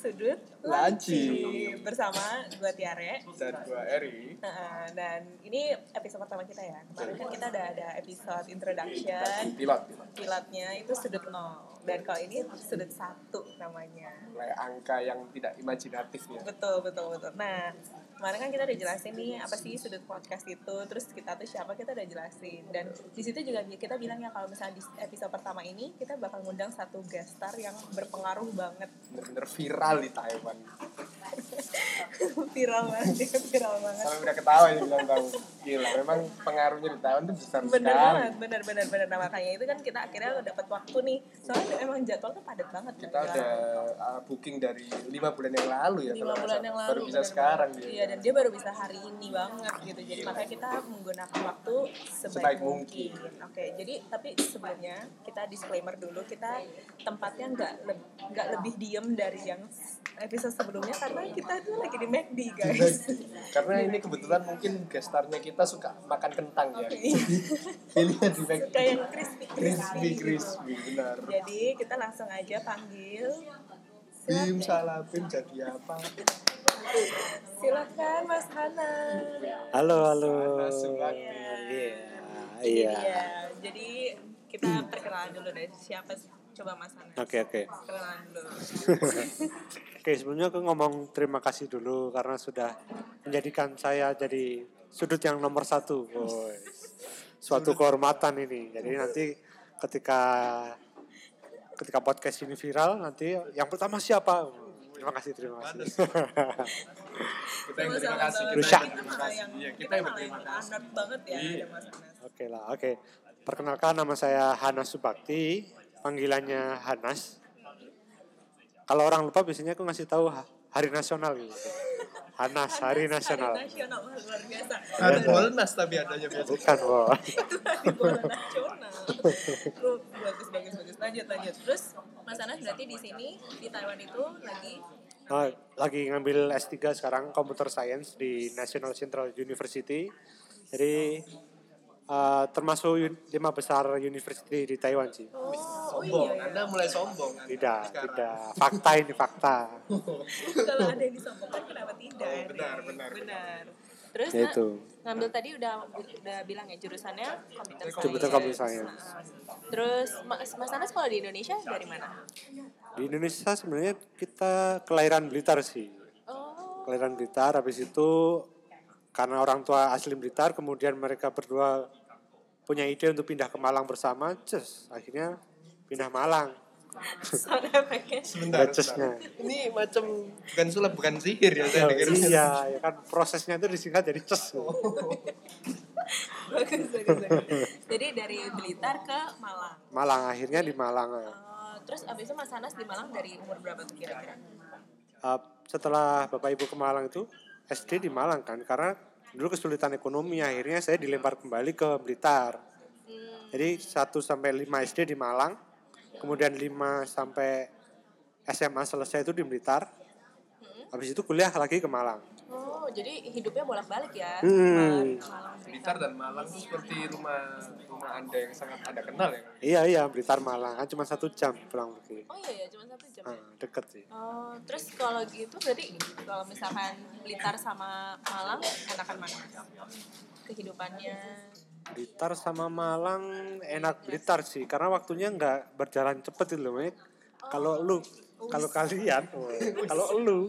Sudut Laci bersama gue Tiare dan gue Eri. Dan ini episode pertama kita ya. Kemarin kan kita udah ada episode introduction. Pilotnya itu Sudut 0. Dan kalau ini Sudut 1 namanya. Mulai angka yang tidak imajinatif ya. Betul. Nah, kemarin kan kita udah jelasin nih apa sih Sudut Podcast itu. Terus kita tuh siapa, kita udah jelasin. Dan di situ juga kita bilang ya kalau misalnya di episode pertama ini kita bakal ngundang satu guest star yang berpengaruh banget. Bener-bener viral di Taiwan. viral banget. Sampai udah ketawa ya bilang tahu. Gila, memang pengaruhnya di Taiwan tuh besar sekali. Bener. Nah, makanya itu kan kita akhirnya dapat waktu nih. Soalnya emang jadwal tuh padat banget. Kita udah booking dari 5 bulan yang lalu ya. 5 bulan yang lalu. Baru bisa sekarang dia. Iya, dan dia baru bisa hari ini banget gitu. Jadi makanya kita menggunakan waktu sebaik mungkin. Oke, jadi tapi sebelumnya kita disclaimer dulu, kita tempatnya nggak lebih diem dari yang episode sebelumnya karena kita tuh lagi di McD guys. Karena ini kebetulan mungkin gestarnya kita suka makan kentang ya. Pilihnya di McD. Suka yang crispy, benar. Jadi kita langsung aja panggil. Bim Salapin jadi apa? Silakan Mas Hana. Halo. Iya. Jadi kita perkenalan dulu dari siapa sih? Coba Mas Hana. Oke. Perkenalan dulu. Oke, sebelumnya aku ngomong terima kasih dulu karena sudah menjadikan saya jadi sudut yang nomor 1. Suatu kehormatan ini. Jadi nanti ketika podcast ini viral, nanti yang pertama siapa? Terima kasih. Kita yang terima kasih. Kita yang berterima kasih. Anak banget ya ada Mas Hana. Oke. Perkenalkan, nama saya Hanas Subakti, panggilannya Hanas. Kalau orang lupa biasanya aku ngasih tahu hari nasional gitu. Hanas, hari nasional. Hari nasional luar biasa. Hari Bolnas tapi adanya biasa. Bukan, Itu hari bola nasional. Bagus. Lanjut. Terus Mas Anas berarti di sini di Taiwan itu lagi ngambil S3 sekarang Computer Science di National Central University. Jadi termasuk 5 besar university di Taiwan sih. Sombong, Anda mulai sombong. Tidak. Fakta. Kalau ada yang disombongkan kenapa tidak? Benar. Terus ngambil tadi udah bilang ya jurusannya Computer Science. Terus Mas Anas kalau di Indonesia dari mana? Di Indonesia sebenarnya kita kelahiran Blitar sih. Kelahiran Blitar, habis itu karena orang tua asli Blitar, kemudian mereka berdua punya ide untuk pindah ke Malang bersama, akhirnya pindah Malang. Sebentar. Ini macam bukan sulap, bukan sihir ya saya dengar. Iya, ya kan prosesnya itu disingkat jadi ces. Bagus. Jadi dari Blitar ke Malang. Malang, akhirnya di Malang. Terus abis itu Mas Anas di Malang dari umur berapa tuh kira-kira? Setelah Bapak Ibu ke Malang itu SD di Malang kan, karena dulu kesulitan ekonomi, akhirnya saya dilempar kembali ke Blitar. Jadi 1-5 SD di Malang, kemudian 5 sampai SMA selesai itu di Blitar. Habis itu kuliah lagi ke Malang. Oh, jadi hidupnya bolak-balik ya. Blitar dan Malang itu seperti rumah Anda yang sangat Anda kenal Iya, ya. Blitar Malang kan cuma 1 jam pulang pergi. Oh iya, cuma 1 jam. Deket sih. Oh, terus kalau gitu berarti kalau misalkan Blitar sama Malang enakan mana? Kehidupannya? Blitar sama Malang enak Blitar sih, karena waktunya nggak berjalan cepet itu loh, Kalau kalian, kalau lu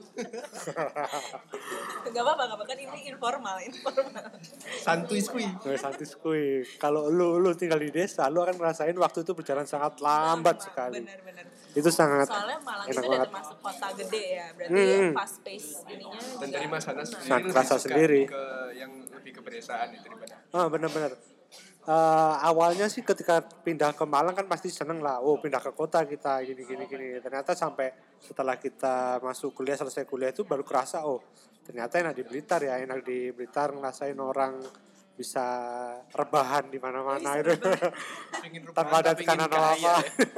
nggak apa-apa kan ini informal. Santuy skui. Kalau lu tinggal di desa, lu akan ngerasain waktu itu berjalan sangat lambat sekali. Benar. Itu sangat soalnya Malang enak itu udah termasuk kota gede ya, berarti fast pace ininya. Dan dari Mas Hanas sendiri yang lebih ke pedesaan itu daripada. Benar. Awalnya sih ketika pindah ke Malang kan pasti seneng lah, pindah ke kota kita gini. Ternyata sampai setelah kita selesai kuliah itu baru kerasa, ternyata enak di Blitar ya, ngerasain orang bisa rebahan di mana-mana itu tanpa ada tekanan apa.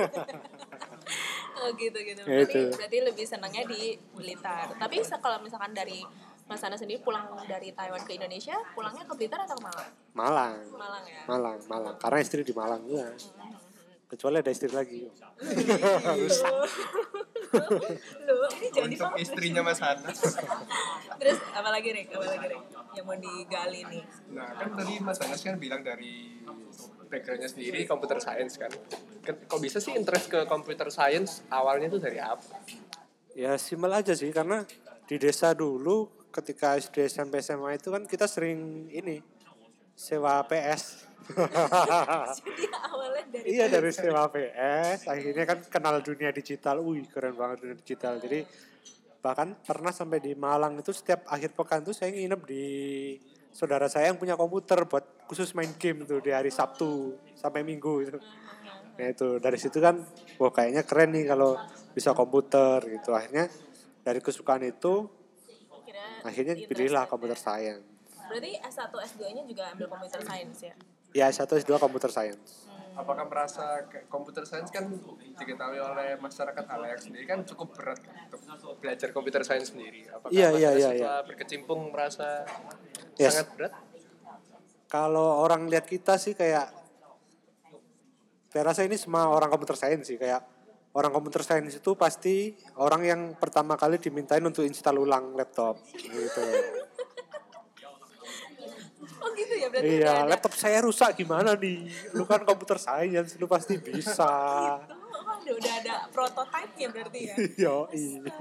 Gitu. Berarti lebih senangnya di Blitar. Tapi kalau misalkan dari Mas Ana sendiri pulang dari Taiwan ke Indonesia, pulangnya ke Blitar atau ke Malang? Malang Ya. Malang. Karena istri di Malang ya. Kecuali ada istri lagi. Loh, ini jangan Untuk dipublish. istrinya Mas Hanas. Terus apalagi Rek yang mau digali nih? Nah kan tadi Mas Hanas kan bilang dari backgroundnya sendiri computer science kan. Kok bisa sih interest ke computer science awalnya tuh dari apa? Ya simpel aja sih, karena di desa dulu ketika SD SMP SMA itu kan kita sering ini sewa PS. Jadi awalnya dari Iya, dari sewa PS akhirnya kan kenal dunia digital. Wih, keren banget dunia digital. Jadi bahkan pernah sampai di Malang itu setiap akhir pekan tuh saya nginep di saudara saya yang punya komputer buat khusus main game tuh di hari Sabtu sampai Minggu itu. Nah itu dari situ kan, wah kayaknya keren nih kalau bisa komputer gitu. Akhirnya dari kesukaan itu akhirnya pilihlah komputer science. Berarti S1 S2-nya juga ambil computer science ya? Ya S1 S2 komputer science. Apakah merasa computer science kan diketahui oleh masyarakat halayak sendiri kan cukup berat kan, untuk belajar computer science sendiri? Apakah setelah berkecimpung merasa sangat berat? Kalau orang lihat kita sih kayak, saya rasa ini semua orang computer science sih, kayak orang computer science itu pasti orang yang pertama kali dimintain untuk install ulang laptop gitu. Oh gitu ya, berarti Iya, laptop saya rusak gimana nih? Lu kan computer science, lu pasti bisa. gitu. Udah ada prototipe-nya berarti ya? Iya.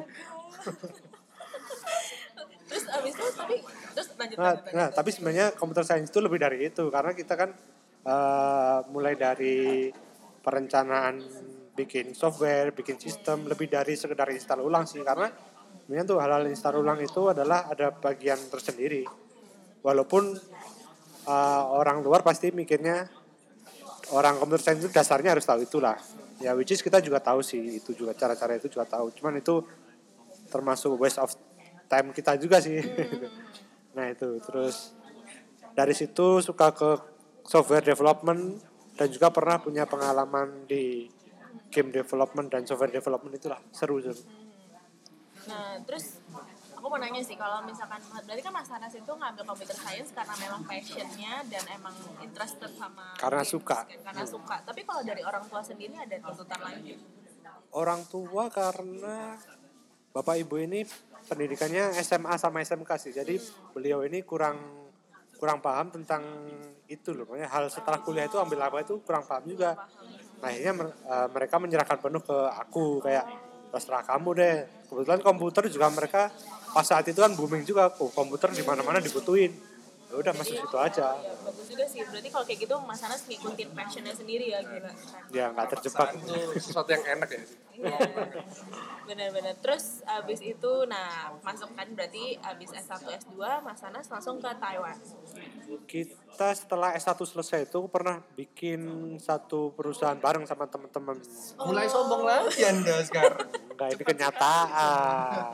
Terus abis itu terus lanjut. Tapi sebenarnya computer science itu lebih dari itu, karena kita kan mulai dari perencanaan bikin software, bikin sistem, lebih dari sekedar install ulang sih, karena sebenarnya tuh hal-hal install ulang itu adalah ada bagian tersendiri. Walaupun orang luar pasti mikirnya orang computer science itu dasarnya harus tahu itulah. Ya which is kita juga tahu sih, itu juga cara-cara itu juga tahu. Cuman itu termasuk waste of time kita juga sih. Nah itu terus dari situ suka ke software development dan juga pernah punya pengalaman di game development dan software development, itulah seru. Nah terus aku mau nanya sih, kalau misalkan berarti kan Mas Hanas itu ngambil computer science karena memang passionnya dan emang interested sama karena games, suka. kan? Karena suka. Tapi kalau dari orang tua sendiri ada tuntutan lain? Orang tua karena bapak ibu ini pendidikannya SMA sama SMK sih, jadi beliau ini kurang paham tentang itu loh. Makanya hal setelah kuliah itu ambil apa itu kurang paham juga. Nah, akhirnya mereka menyerahkan penuh ke aku, kayak terserah kamu deh. Kebetulan komputer juga mereka pas saat itu kan booming juga, komputer di mana-mana dibutuhin. Ya udah masuk situ aja. Ya, bagus juga sih. Berarti kalau kayak gitu Mas Hanas ngikutin passionnya sendiri ya, gila. Ya nggak terjebak. Itu sesuatu yang enak ya. Iya. Benar-benar. Terus abis itu, nah masuk kan berarti abis S1 S2 Mas Hanas langsung ke Taiwan. Kita setelah S1 selesai itu pernah bikin satu perusahaan bareng sama teman-teman. Mulai sombong lagi Anda sekarang. Enggak, ini kenyataan.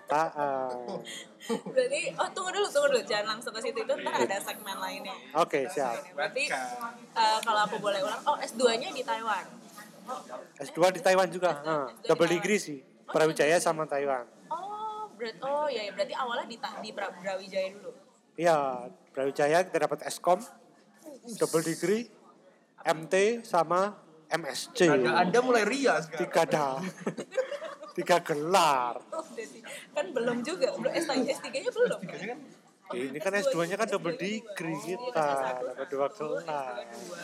Berarti tunggu dulu, jangan langsung ke situ, itu ntar ada segmen lainnya. Oke, siap. Berarti kalau aku boleh ulang, S2-nya di Taiwan. S2 di Taiwan juga. Double degree sih. Brawijaya sama Taiwan. Berarti awalnya di Brawijaya dulu. Iya, Brawijaya kita dapat Eskom, double degree, MT sama MSc. Anda mulai ria sekarang. 3 gelar. Kan belum juga, S3-nya belum. Ini kan S2-nya kan double degree kita, dapat 2 gelar.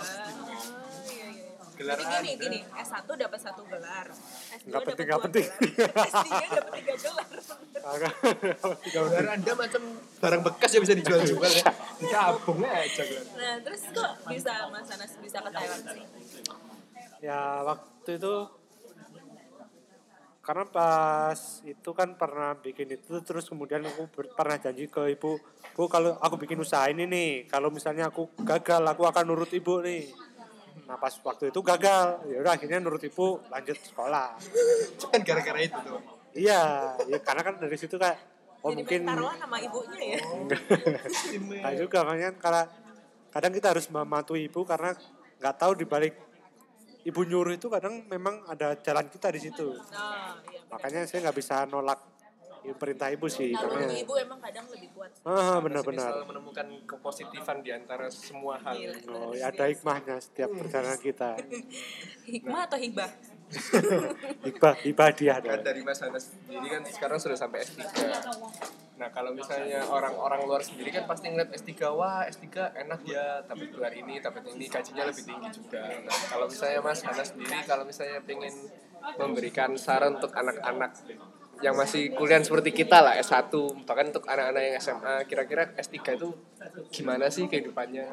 Gelar Gini, S1 dapat 1 gelar. S2 Nggak penting. dapat 2 gelar. S3 dapat 3 gelar. Gelar Anda macam barang bekas ya, bisa dijual-jual ya. Dicabung aja gelar. Nah, terus kok bisa Mas Hanas bisa ke Taiwan sih? Ya waktu itu karena pas itu kan pernah bikin itu, terus kemudian aku pernah janji ke ibu, Bu kalau aku bikin usaha ini nih, kalau misalnya aku gagal aku akan nurut ibu nih. Nah pas waktu itu gagal, ya udah akhirnya nurut ibu lanjut sekolah. Cuman gara-gara itu tuh. Iya, ya karena kan dari situ kayak Jadi mungkin taruhan sama ibunya ya. nah juga makanya kadang kita harus mematuhi ibu, karena nggak tahu di balik ibu nyuruh itu kadang memang ada jalan kita di situ. Iya, Makanya saya nggak bisa nolak perintah ibu sih. Naluri ibu emang kadang lebih kuat. Benar-benar. Selalu menemukan kepositifan di antara semua hal. Ada hikmahnya setiap perjalanan kita. Hikmah atau hikbah? Hibah kan dari Mas Hanas sendiri kan sekarang sudah sampai S3. Nah kalau misalnya orang-orang luar sendiri kan pasti ngeliat S3, wah S3 enak ya, dapat gelar ini, dapat ini, gajinya lebih tinggi juga. Nah kalau misalnya Mas Hanas sendiri, kalau misalnya pengen memberikan saran untuk anak-anak yang masih kuliah seperti kita lah, S1, bahkan untuk anak-anak yang SMA, kira-kira S3 itu gimana sih kehidupannya?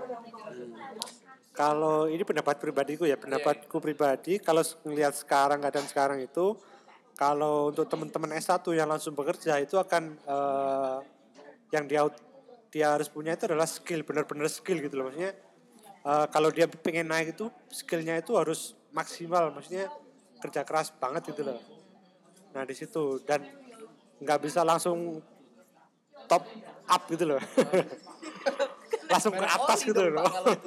Kalau ini pendapat pribadiku ya, pendapatku pribadi, kalau ngelihat keadaan sekarang itu, kalau untuk teman-teman S1 yang langsung bekerja itu akan yang dia harus punya itu adalah skill, benar-benar skill gitu loh. Maksudnya kalau dia pengen naik itu skillnya itu harus maksimal, maksudnya kerja keras banget gitu loh. Nah di situ, dan nggak bisa langsung top up gitu loh. Langsung ke atas gitu loh.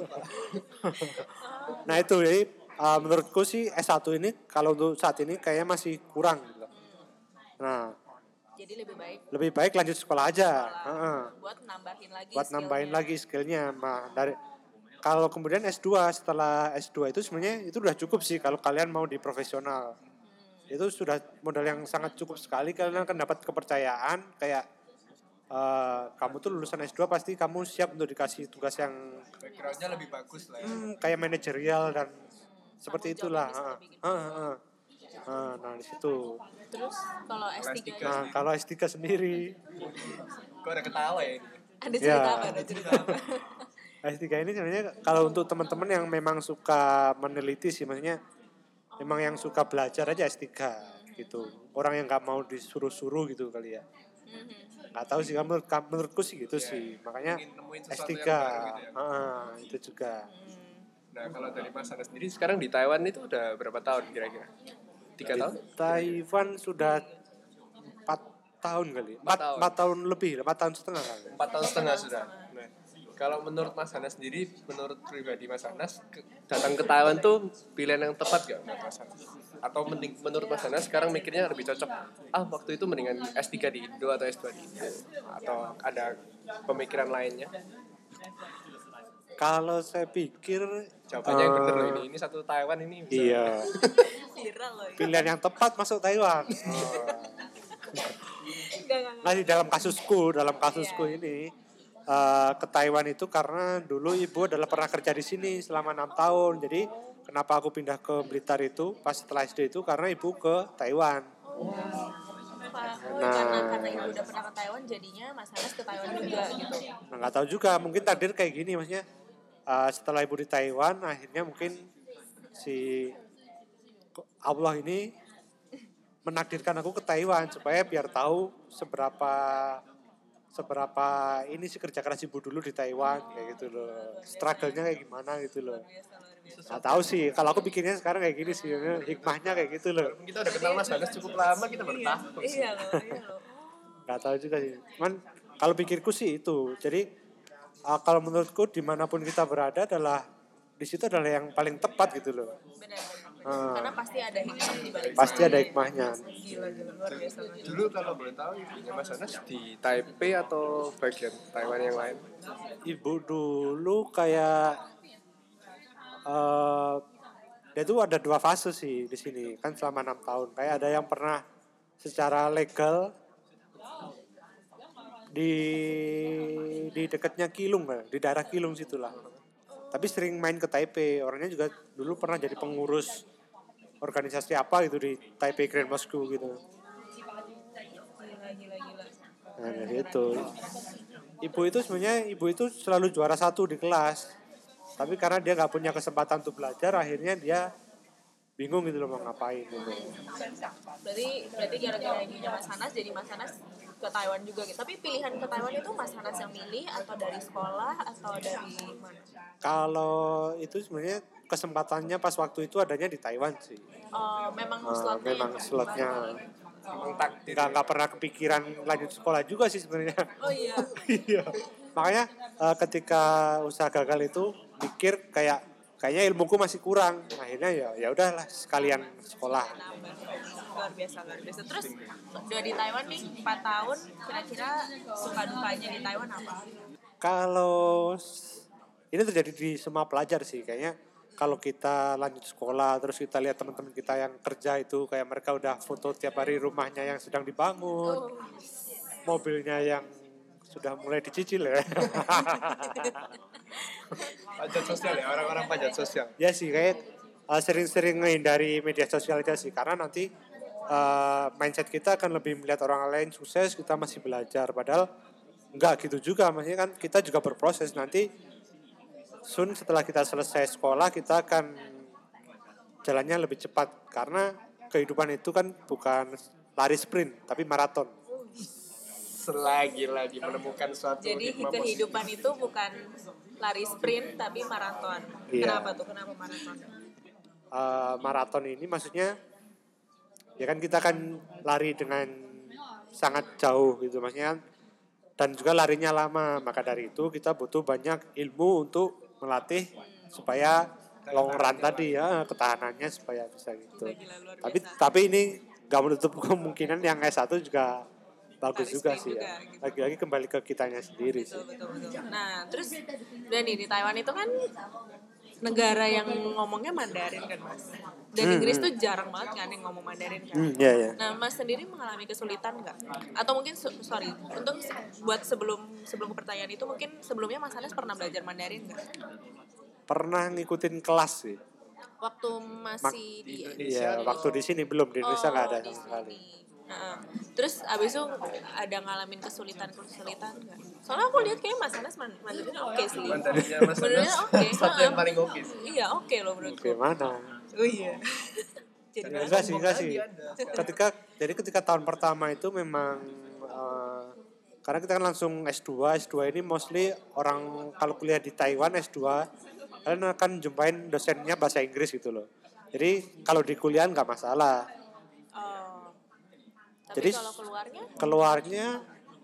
Nah itu jadi menurutku sih S1 ini kalau untuk saat ini kayaknya masih kurang gitu loh. Nah jadi lebih baik lanjut sekolah aja. Buat nambahin lagi skillnya. Nah, kalau kemudian S2, setelah S2 itu sebenarnya itu udah cukup sih kalau kalian mau di profesional. Itu sudah modal yang sangat cukup sekali, kalian akan dapat kepercayaan kayak kamu tuh lulusan S2 pasti kamu siap untuk dikasih tugas yang backgroundnya lebih bagus lah ya. Kayak manajerial dan seperti itulah. Nah di situ. Terus kalau S3 nah kalau S3 sendiri kok ada ketawa ya ini? Ada cerita apa? S3 ini sebenarnya kalau untuk teman-teman yang memang suka meneliti sih, maksudnya memang yang suka belajar aja S3 gitu. Orang yang nggak mau disuruh-suruh gitu kali ya. Nggak tahu sih, menurutku sih gitu sih. Makanya S3 gitu ya. Itu juga. Nah kalau dari Mas Hanas sendiri sekarang di Taiwan itu udah berapa tahun kira-kira? 3 tahun? Taiwan sudah 4 tahun kali. 4 tahun lebih, 4 tahun setengah kali. 4 tahun setengah sudah. Nah, kalau menurut Mas Hanas sendiri, menurut pribadi Mas Hanas, datang ke Taiwan tuh pilihan yang tepat gak menurut Mas Hanas? Atau menurut Mas Hanas sekarang mikirnya lebih cocok, waktu itu mendingan S3 di Indo atau S2 di Indo? Atau ada pemikiran lainnya? Kalau saya pikir jawabannya yang benar loh ini satu Taiwan ini bisa. Iya. Pilihan yang tepat masuk Taiwan. Masih dalam kasusku ini ke Taiwan itu karena dulu ibu adalah pernah kerja di sini selama 6 tahun. Jadi kenapa aku pindah ke Blitar itu pas setelah SD itu karena ibu ke Taiwan. Karena ibu udah pernah ke Taiwan jadinya Mas Hanas ke Taiwan juga gitu. Nah nggak tahu juga, mungkin takdir kayak gini maksudnya. Setelah ibu di Taiwan akhirnya mungkin si Allah ini menakdirkan aku ke Taiwan supaya biar tahu seberapa ini sih kerja keras ibu dulu di Taiwan kayak gitu loh, struggle-nya kayak gimana gitu loh. Nggak tahu sih, kalau aku bikinnya sekarang kayak gini sih, hikmahnya kayak gitu loh. Kita udah kenal Mas Hanas cukup lama, kita baru tahu. Iya loh. Nggak tahu juga sih, cuman kalau pikirku sih itu. Jadi kalau menurutku dimanapun kita berada adalah di situ adalah yang paling tepat gitu loh. Benar. Karena pasti ada hikmah di balik. Pasti ada hikmahnya. Gila luar biasa. Dulu kalau boleh tahu ibunya Mas Hanas di Taipei atau bagian Taiwan yang lain? Ibu dulu kayak dia tuh ada 2 fase sih di sini kan selama 6 tahun. Kayak ada yang pernah secara legal di dekatnya Keelung kan, di daerah Keelung situlah. Tapi sering main ke Taipei. Orangnya juga dulu pernah jadi pengurus organisasi apa gitu di Taipei Grand Mosque gitu. Gila. Nah dari itu ibu itu selalu juara 1 di kelas. Tapi karena dia nggak punya kesempatan untuk belajar, akhirnya dia bingung gitu loh mau ngapain gitu. Berarti gara-gara ibunya Mas Hanas jadi Mas Hanas ke Taiwan juga gitu. Tapi pilihan ke Taiwan itu Mas Hanas yang milih atau dari sekolah atau dari mana? Kalau itu sebenarnya kesempatannya pas waktu itu adanya di Taiwan sih. Memang slotnya. Nggak pernah kepikiran lanjut sekolah juga sih sebenarnya. Oh iya. Iya. Makanya ketika usaha gagal itu mikir kayaknya ilmuku masih kurang. Akhirnya ya udahlah sekalian sekolah. Luar biasa. Terus udah di Taiwan nih 4 tahun, kira-kira suka dukanya di Taiwan apa? Kalau ini terjadi di semua pelajar sih kayaknya. kalau kita lanjut sekolah terus kita lihat teman-teman kita yang kerja itu kayak mereka udah foto tiap hari rumahnya yang sedang dibangun, mobilnya yang sudah mulai dicicil ya. Pajak sosial ya, orang-orang pajak sosial. Ya sih kayak sering-sering menghindari media sosial aja sih karena nanti mindset kita akan lebih melihat orang lain sukses, kita masih belajar, padahal enggak gitu juga, maksudnya kan kita juga berproses nanti. Setelah kita selesai sekolah kita akan jalannya lebih cepat karena kehidupan itu kan bukan lari sprint tapi maraton. Selagi menemukan suatu jadi kehidupan itu bukan lari sprint tapi maraton. Iya. Kenapa tuh? Kenapa maraton? Maraton ini maksudnya ya kan kita kan lari dengan sangat jauh gitu maksudnya, dan juga larinya lama, maka dari itu kita butuh banyak ilmu untuk melatih supaya long run tadi ya, ketahanannya supaya bisa gitu. Tapi ini gak menutup kemungkinan yang S1 juga bagus juga sih ya. Gitu. Lagi-lagi kembali ke kitanya sendiri sih. Betul. Nah, terus dan di Taiwan itu kan negara yang ngomongnya Mandarin kan Mas. Dan Inggris tuh jarang banget kan yang ngomong Mandarin kan. Yeah. Nah, Mas sendiri mengalami kesulitan nggak? Atau mungkin untuk buat sebelum ke pertanyaan itu mungkin sebelumnya Mas Anes pernah belajar Mandarin nggak? Pernah ngikutin kelas sih. Waktu masih di Indonesia. Iya, waktu di sini belum, di Indonesia nggak ada sama sekali. Terus abis itu ada ngalamin kesulitan nggak? Soalnya aku lihat kayak Mas Anas Mandarinnya oke sih. Mandarinnya Mas Anas satu yang paling oke sih. Iya oke loh menurutku. Gimana? Oh iya. Enggak sih. Ketika tahun pertama itu memang karena kita kan langsung S2 ini mostly orang kalau kuliah di Taiwan S2 kalian akan jumpain dosennya bahasa Inggris gitu loh. Jadi kalau di kuliah nggak masalah. Tapi kalau keluarnya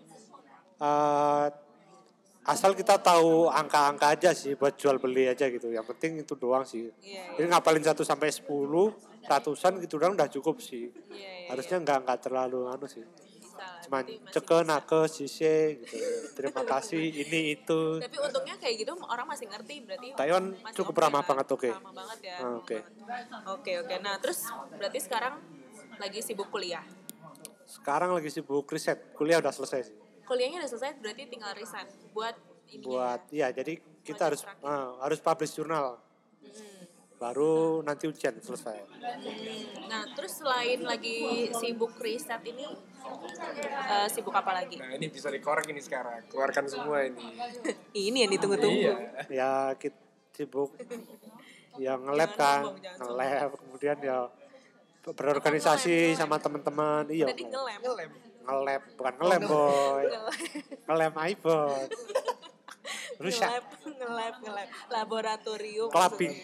asal kita tahu angka-angka aja sih buat jual beli aja gitu. Yang penting itu doang sih. Jadi ngapalin 1 sampai 10, ratusan gitu doang udah cukup sih. Harusnya enggak terlalu sih. Cuman ceke nake sise gitu. Terima kasih ini itu. Tapi untungnya kayak gitu orang masih ngerti berarti. Taiwan cukup ramah banget Ramah banget ya. Oke. Nah, terus berarti sekarang lagi sibuk kuliah. Sekarang lagi sibuk riset. Kuliah udah selesai sih. Kuliahnya udah selesai berarti tinggal riset buat iya, jadi kita harus publish jurnal. Baru nanti ujian selesai. Nah, terus selain lagi sibuk riset ini sibuk apa lagi? Nah, ini bisa dikorek ini sekarang. Keluarkan semua ini. Ini yang ditunggu-tunggu. Ya, kita sibuk ya nge-lab kan. Nge-lab, kemudian ya berorganisasi sama teman-teman. Iya. Tadi nge-lab, bukan nge-lab boy. Nge-lab iPhone. Rusak. Nge-lab laboratorium. Kelabing.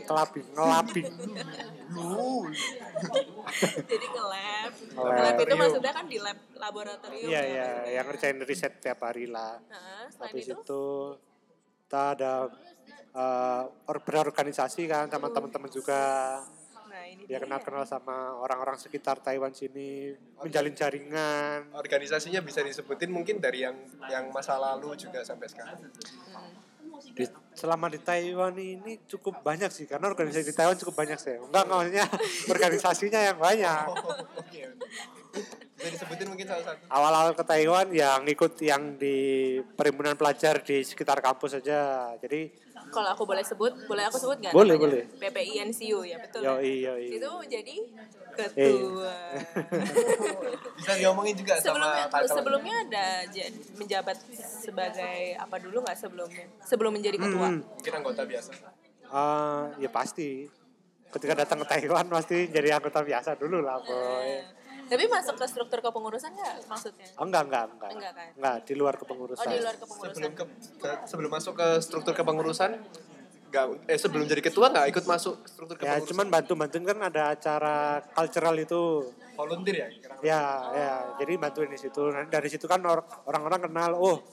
Jadi nge-lab. Nge-lab itu maksudnya kan di lab laboratorium. Iya, yang ngerjain riset tiap hari lah. Habis itu kita ada berorganisasi kan sama teman-teman juga. Ya kenal sama orang-orang sekitar Taiwan sini, menjalin jaringan. Organisasinya bisa disebutin mungkin dari yang masa lalu juga sampai sekarang. Selama di Taiwan ini cukup banyak sih, karena organisasi di Taiwan cukup banyak sih. Enggak maksudnya organisasinya yang banyak. Bisa disebutin mungkin salah satu. Awal-awal ke Taiwan yang ikut yang di perhimpunan pelajar di sekitar kampus saja. Jadi kalau aku boleh aku sebut nggak? Boleh. PPI NCU ya, betul. Iya. Itu jadi ketua. Bisa diomongin juga sebelumnya ada menjabat sebagai apa dulu nggak sebelum menjadi ketua? Mungkin anggota biasa. Ya pasti. Ketika datang ke Taiwan pasti jadi anggota biasa dulu lah, boy. Tapi masuk ke struktur kepengurusan nggak maksudnya? Enggak kan? Enggak, di luar kepengurusan. Di luar kepengurusan. Sebelum masuk ke struktur kepengurusan, sebelum jadi ketua nggak ikut masuk struktur kepengurusan? Ya, cuman bantuin kan ada acara cultural itu. Volunteer ya? Ya, jadi bantuin di situ. Nah, dari situ kan orang-orang kenal,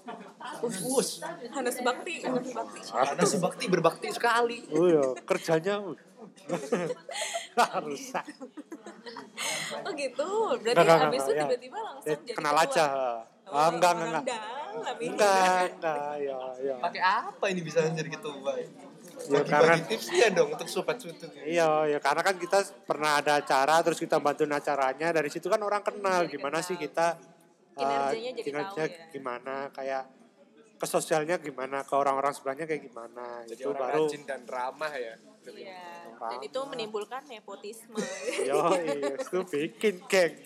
Hanes Bakti berbakti sekali. Kerjanya rusak. Oh gitu, berarti habis itu tiba-tiba langsung jadi kenal ketua. Aja. Enggak. Ya. Pakai apa ini bisa jadi ketua? Ya karena tipsnya dong untuk sobat sudut. Iya, ya karena kan kita pernah ada acara terus kita bantuin acaranya, dari situ kan orang kenal gimana sih kita kinerjanya jadi tahu ya. gimana, kayak ke sosialnya gimana, ke orang-orang sebelahnya kayak gimana. Jadi itu orang baru rajin dan ramah ya. Iya. Dan itu menimbulkan nepotisme. Yo, itu bikin geng.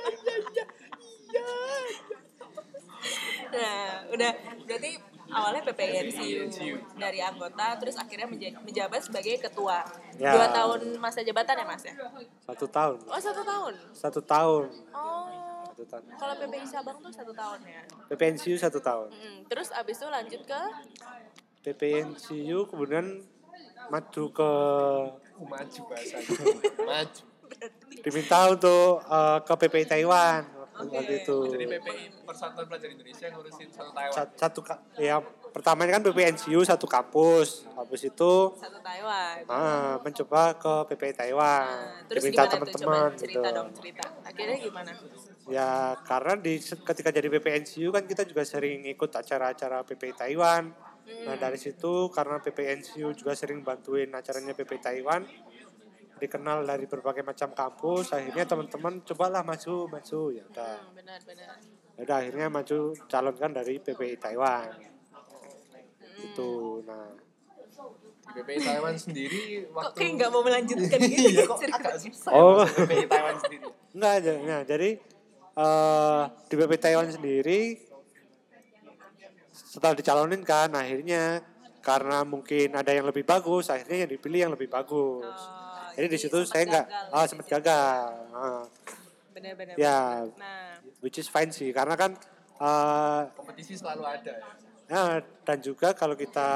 Nah, udah berarti awalnya PPNCU dari anggota, terus akhirnya menjabat sebagai ketua. Ya. 2 tahun masa jabatan ya Mas ya? 1 tahun. Oh 1 tahun? 1 tahun. Oh. 1 tahun. Kalau PPI Sabang tuh 1 tahun ya? PPNCU 1 tahun. Terus abis itu lanjut ke? PPNCU kemudian maju ke Maju bahasanya. Maju. diminta untuk ke PPI Taiwan waktu itu. Jadi PPI Persatuan Pelajar Indonesia ngurusin satu Taiwan. Ya pertamanya kan PPNCU 1 kampus, habis itu 1 Taiwan. Mencoba ke PPI Taiwan. Terus diminta gimana teman-teman tuh? Coba cerita gitu. dong, cerita. Akhirnya gimana? Ya karena ketika jadi PPNCU kan kita juga sering ikut acara-acara PPI Taiwan. Nah dari situ karena PPNCU juga sering bantuin acaranya PPI Taiwan, dikenal dari berbagai macam kampus, akhirnya teman-teman cobalah maju ya udah. Benar. Ya udah akhirnya maju calonkan dari PPI Taiwan. Itu. Nah, Di PPI Taiwan sendiri waktu kok kayak nggak mau melanjutkan gitu ya? kok agak susah Oh. ya PPI Taiwan sendiri. enggak aja. Nah, jadi di PPI Taiwan sendiri setelah dicalonin kan akhirnya karena mungkin ada yang lebih bagus, akhirnya yang dipilih yang lebih bagus. Jadi di situ saya enggak sempat gagal. Benar. Ya, Nah, which is fine sih karena kan Kompetisi selalu ada ya. dan juga kalau kita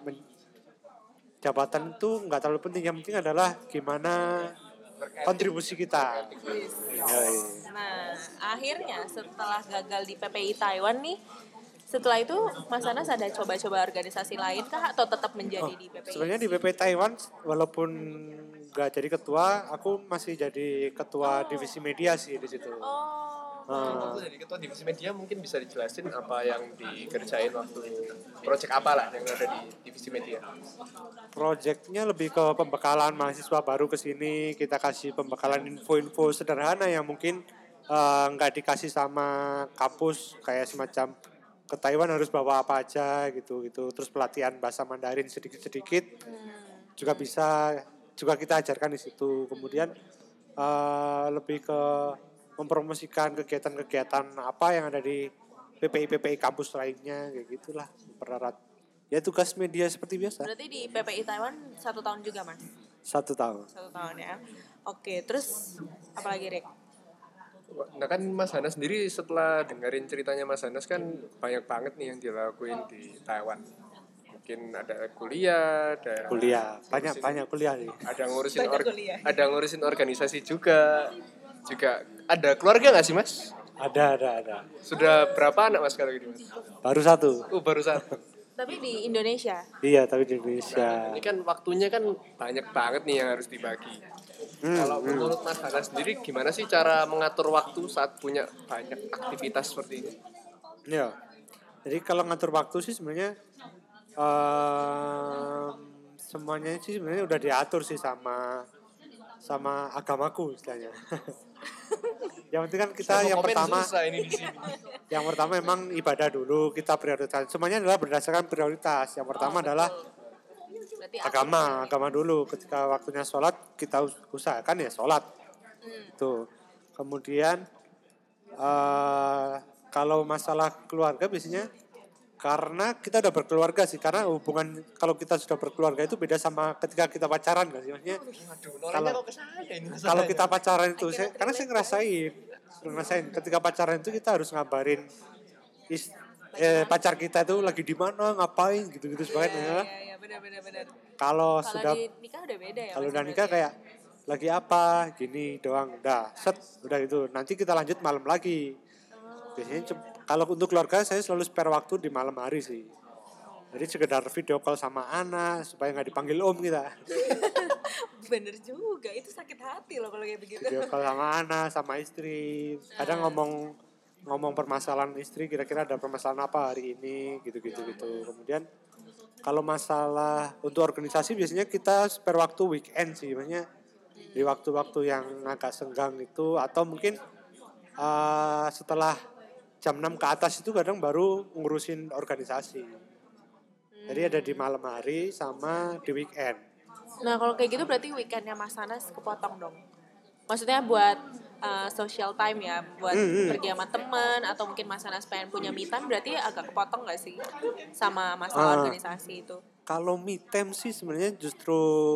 jabatan itu enggak terlalu penting, yang penting adalah gimana kontribusi kita. Nah, akhirnya setelah gagal di PPI Taiwan nih, setelah itu Mas Anas ada coba-coba organisasi lain kah atau tetap menjadi di PPI? Sebenarnya di PPI Taiwan walaupun nggak jadi ketua, aku masih jadi ketua divisi media sih di situ. Waktu jadi ketua divisi media mungkin bisa dijelasin apa yang dikerjain waktu proyek apa lah yang ada di divisi media. Proyeknya lebih ke pembekalan mahasiswa baru ke sini, kita kasih pembekalan info-info sederhana yang mungkin nggak dikasih sama kampus, kayak semacam ke Taiwan harus bawa apa aja gitu. Terus pelatihan bahasa Mandarin sedikit-sedikit juga kita ajarkan di situ. Kemudian lebih ke mempromosikan kegiatan-kegiatan apa yang ada di PPI kampus lainnya kayak gitulah, mempererat. Ya tugas media seperti biasa. Berarti di PPI Taiwan 1 tahun juga Mas? 1 tahun. 1 tahun ya. Oke, terus apa lagi Rick? Nah kan Mas Hanas sendiri setelah dengerin ceritanya Mas Hanas kan banyak banget nih yang dilakuin di Taiwan. Mungkin ada kuliah, banyak kuliah nih. Ada ngurusin organisasi juga ada keluarga nggak sih Mas? Ada. Sudah berapa anak Mas kalau gini Mas? Baru 1. Baru 1. Tapi di Indonesia? Iya, tapi di Indonesia. Nah, ini kan waktunya kan banyak banget nih yang harus dibagi. Kalau menurut Mas Hanas sendiri gimana sih cara mengatur waktu saat punya banyak aktivitas seperti ini? Iya. Jadi kalau ngatur waktu sih sebenarnya semuanya sih sebenarnya udah diatur sih sama agamaku istilahnya. Yang penting kan kita yang pertama memang ibadah dulu kita prioritaskan. Semuanya adalah berdasarkan prioritas. Yang pertama adalah agama dulu. Ketika waktunya sholat kita usahakan ya sholat. Itu. Kemudian kalau masalah keluarga biasanya karena kita udah berkeluarga sih, karena hubungan kalau kita sudah berkeluarga itu beda sama ketika kita pacaran kan sih, maksudnya kalau kita pacaran itu karena saya ngerasain ketika pacaran itu kita harus ngabarin pacar kita itu lagi di mana, ngapain gitu sebagainya. Iya, benar. Kalau sudah nikah udah beda ya. Kalau udah nikah kayak lagi apa, gini doang, udah gitu. Nanti kita lanjut malam lagi. Biasanya kalau untuk keluarga saya selalu spare waktu di malam hari sih. Jadi sekedar video call sama anak supaya nggak dipanggil om kita. Bener juga, itu sakit hati loh kalau kayak begitu. Video call sama anak, sama istri. Kadang ngomong permasalahan istri, kira-kira ada permasalahan apa hari ini, gitu. Kemudian Kalau masalah untuk organisasi biasanya kita spare waktu weekend sih, maksudnya di waktu-waktu yang agak senggang itu, atau mungkin setelah jam 6 ke atas itu kadang baru ngurusin organisasi. Jadi ada di malam hari sama di weekend. Nah kalau kayak gitu berarti weekendnya Mas Anas kepotong dong. Maksudnya buat social time ya, buat pergi sama teman atau mungkin Mas Anas pengen punya me time, berarti agak kepotong gak sih sama masalah organisasi itu? Kalau me time sih sebenarnya justru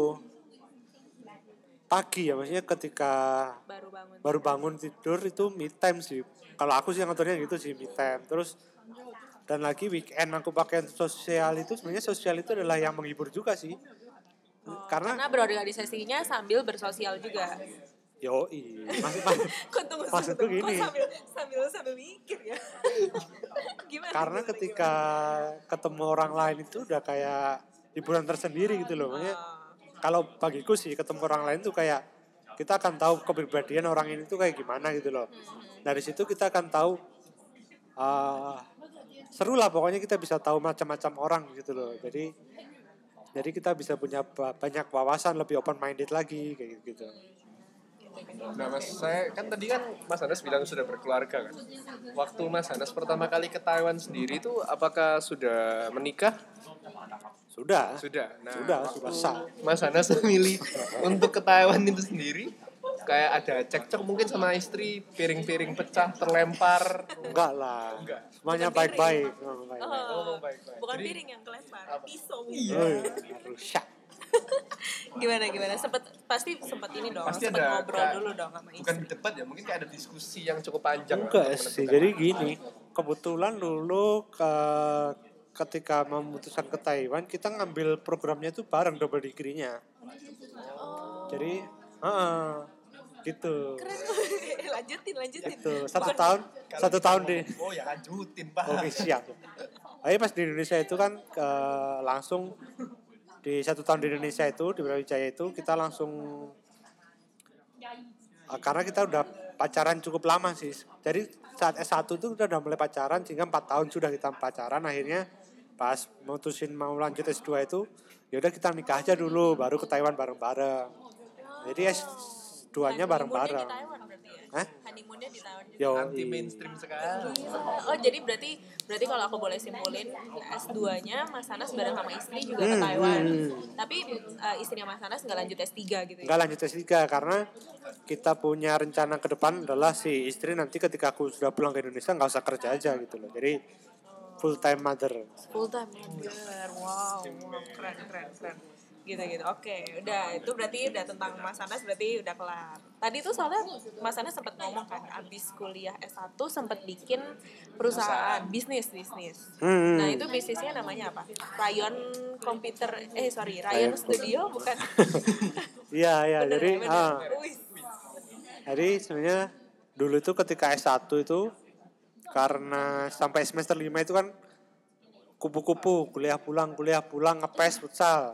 pagi ya, maksudnya ketika baru bangun tidur itu me time sih. Kalau aku sih ngaturnya gitu sih, me time. Terus dan lagi weekend aku pakai sosial itu, sebenarnya sosial itu adalah yang menghibur juga sih. Karena berorganisasinya sambil bersosial juga. Yoi. Maksudku gini. Kok sambil mikir ya? Gimana? Karena ketika ketemu orang lain itu udah kayak hiburan tersendiri gitu loh. Maksudnya kalau bagiku sih ketemu orang lain tuh kayak kita akan tahu kepribadian orang ini tuh kayak gimana gitu loh. Dari situ kita akan tahu seru lah, pokoknya kita bisa tahu macam-macam orang gitu loh. Jadi kita bisa punya banyak wawasan, lebih open minded lagi kayak gitu. Nah saya kan tadi kan Mas Anas bilang sudah berkeluarga kan. Waktu Mas Anas pertama kali ke Taiwan sendiri itu apakah sudah menikah? Sudah. Nah, sudah sah. Mas Anas memilih untuk ke Taiwan itu sendiri, kayak ada cekcok mungkin sama istri, piring-piring pecah, terlempar? Enggak lah. Enggak. Semuanya baik-baik. Ngomong baik-baik. Bukan piring yang kelempar, pisau. Iya. Rusak. Gimana pasti sempat ini dong, Pasti sempat ada ngobrol dulu dong sama istri. Bukan debat ya, mungkin kayak ada diskusi yang cukup panjang. Enggak sih, jadi gini, kebetulan dulu ketika memutuskan ke Taiwan, kita ngambil programnya itu bareng double degree-nya. Jadi, gitu. Keren. lanjutin. Itu satu tahun deh. Oh ya lanjutin Pak. Oke siap. Ayo pas di Indonesia itu kan langsung di 1 tahun di Indonesia itu di Brawijaya itu kita langsung karena kita udah pacaran cukup lama sih. Jadi saat S1 itu kita udah mulai pacaran sehingga 4 tahun sudah kita pacaran. Akhirnya pas mutusin mau lanjut S2 itu ya udah kita nikah aja dulu baru ke Taiwan bareng-bareng. Jadi S2-nya bareng-bareng. Honeymoonnya di Taiwan berarti ya? Honeymoonnya di Taiwan juga. Anti mainstream sekali. Oh jadi berarti kalau aku boleh simpulin S2-nya Mas Anas bareng sama istri juga ke Taiwan. Tapi istrinya Mas Anas nggak lanjut S3 gitu ya? Nggak lanjut S3 karena kita punya rencana ke depan adalah si istri nanti ketika aku sudah pulang ke Indonesia nggak usah kerja aja gitu loh. Jadi full time mother. Wow, keren. Gitu. Oke, udah itu berarti udah tentang Mas Anas berarti udah kelar. Tadi tuh soalnya Mas Anas sempat ngomong kan abis kuliah S1 sempat bikin perusahaan bisnis. Nah, itu bisnisnya namanya apa? Rayon Studio bukan? Iya, jadi sebenarnya dulu itu ketika S1 itu karena sampai semester 5 itu kan kupu-kupu, kuliah pulang ngepes futsal.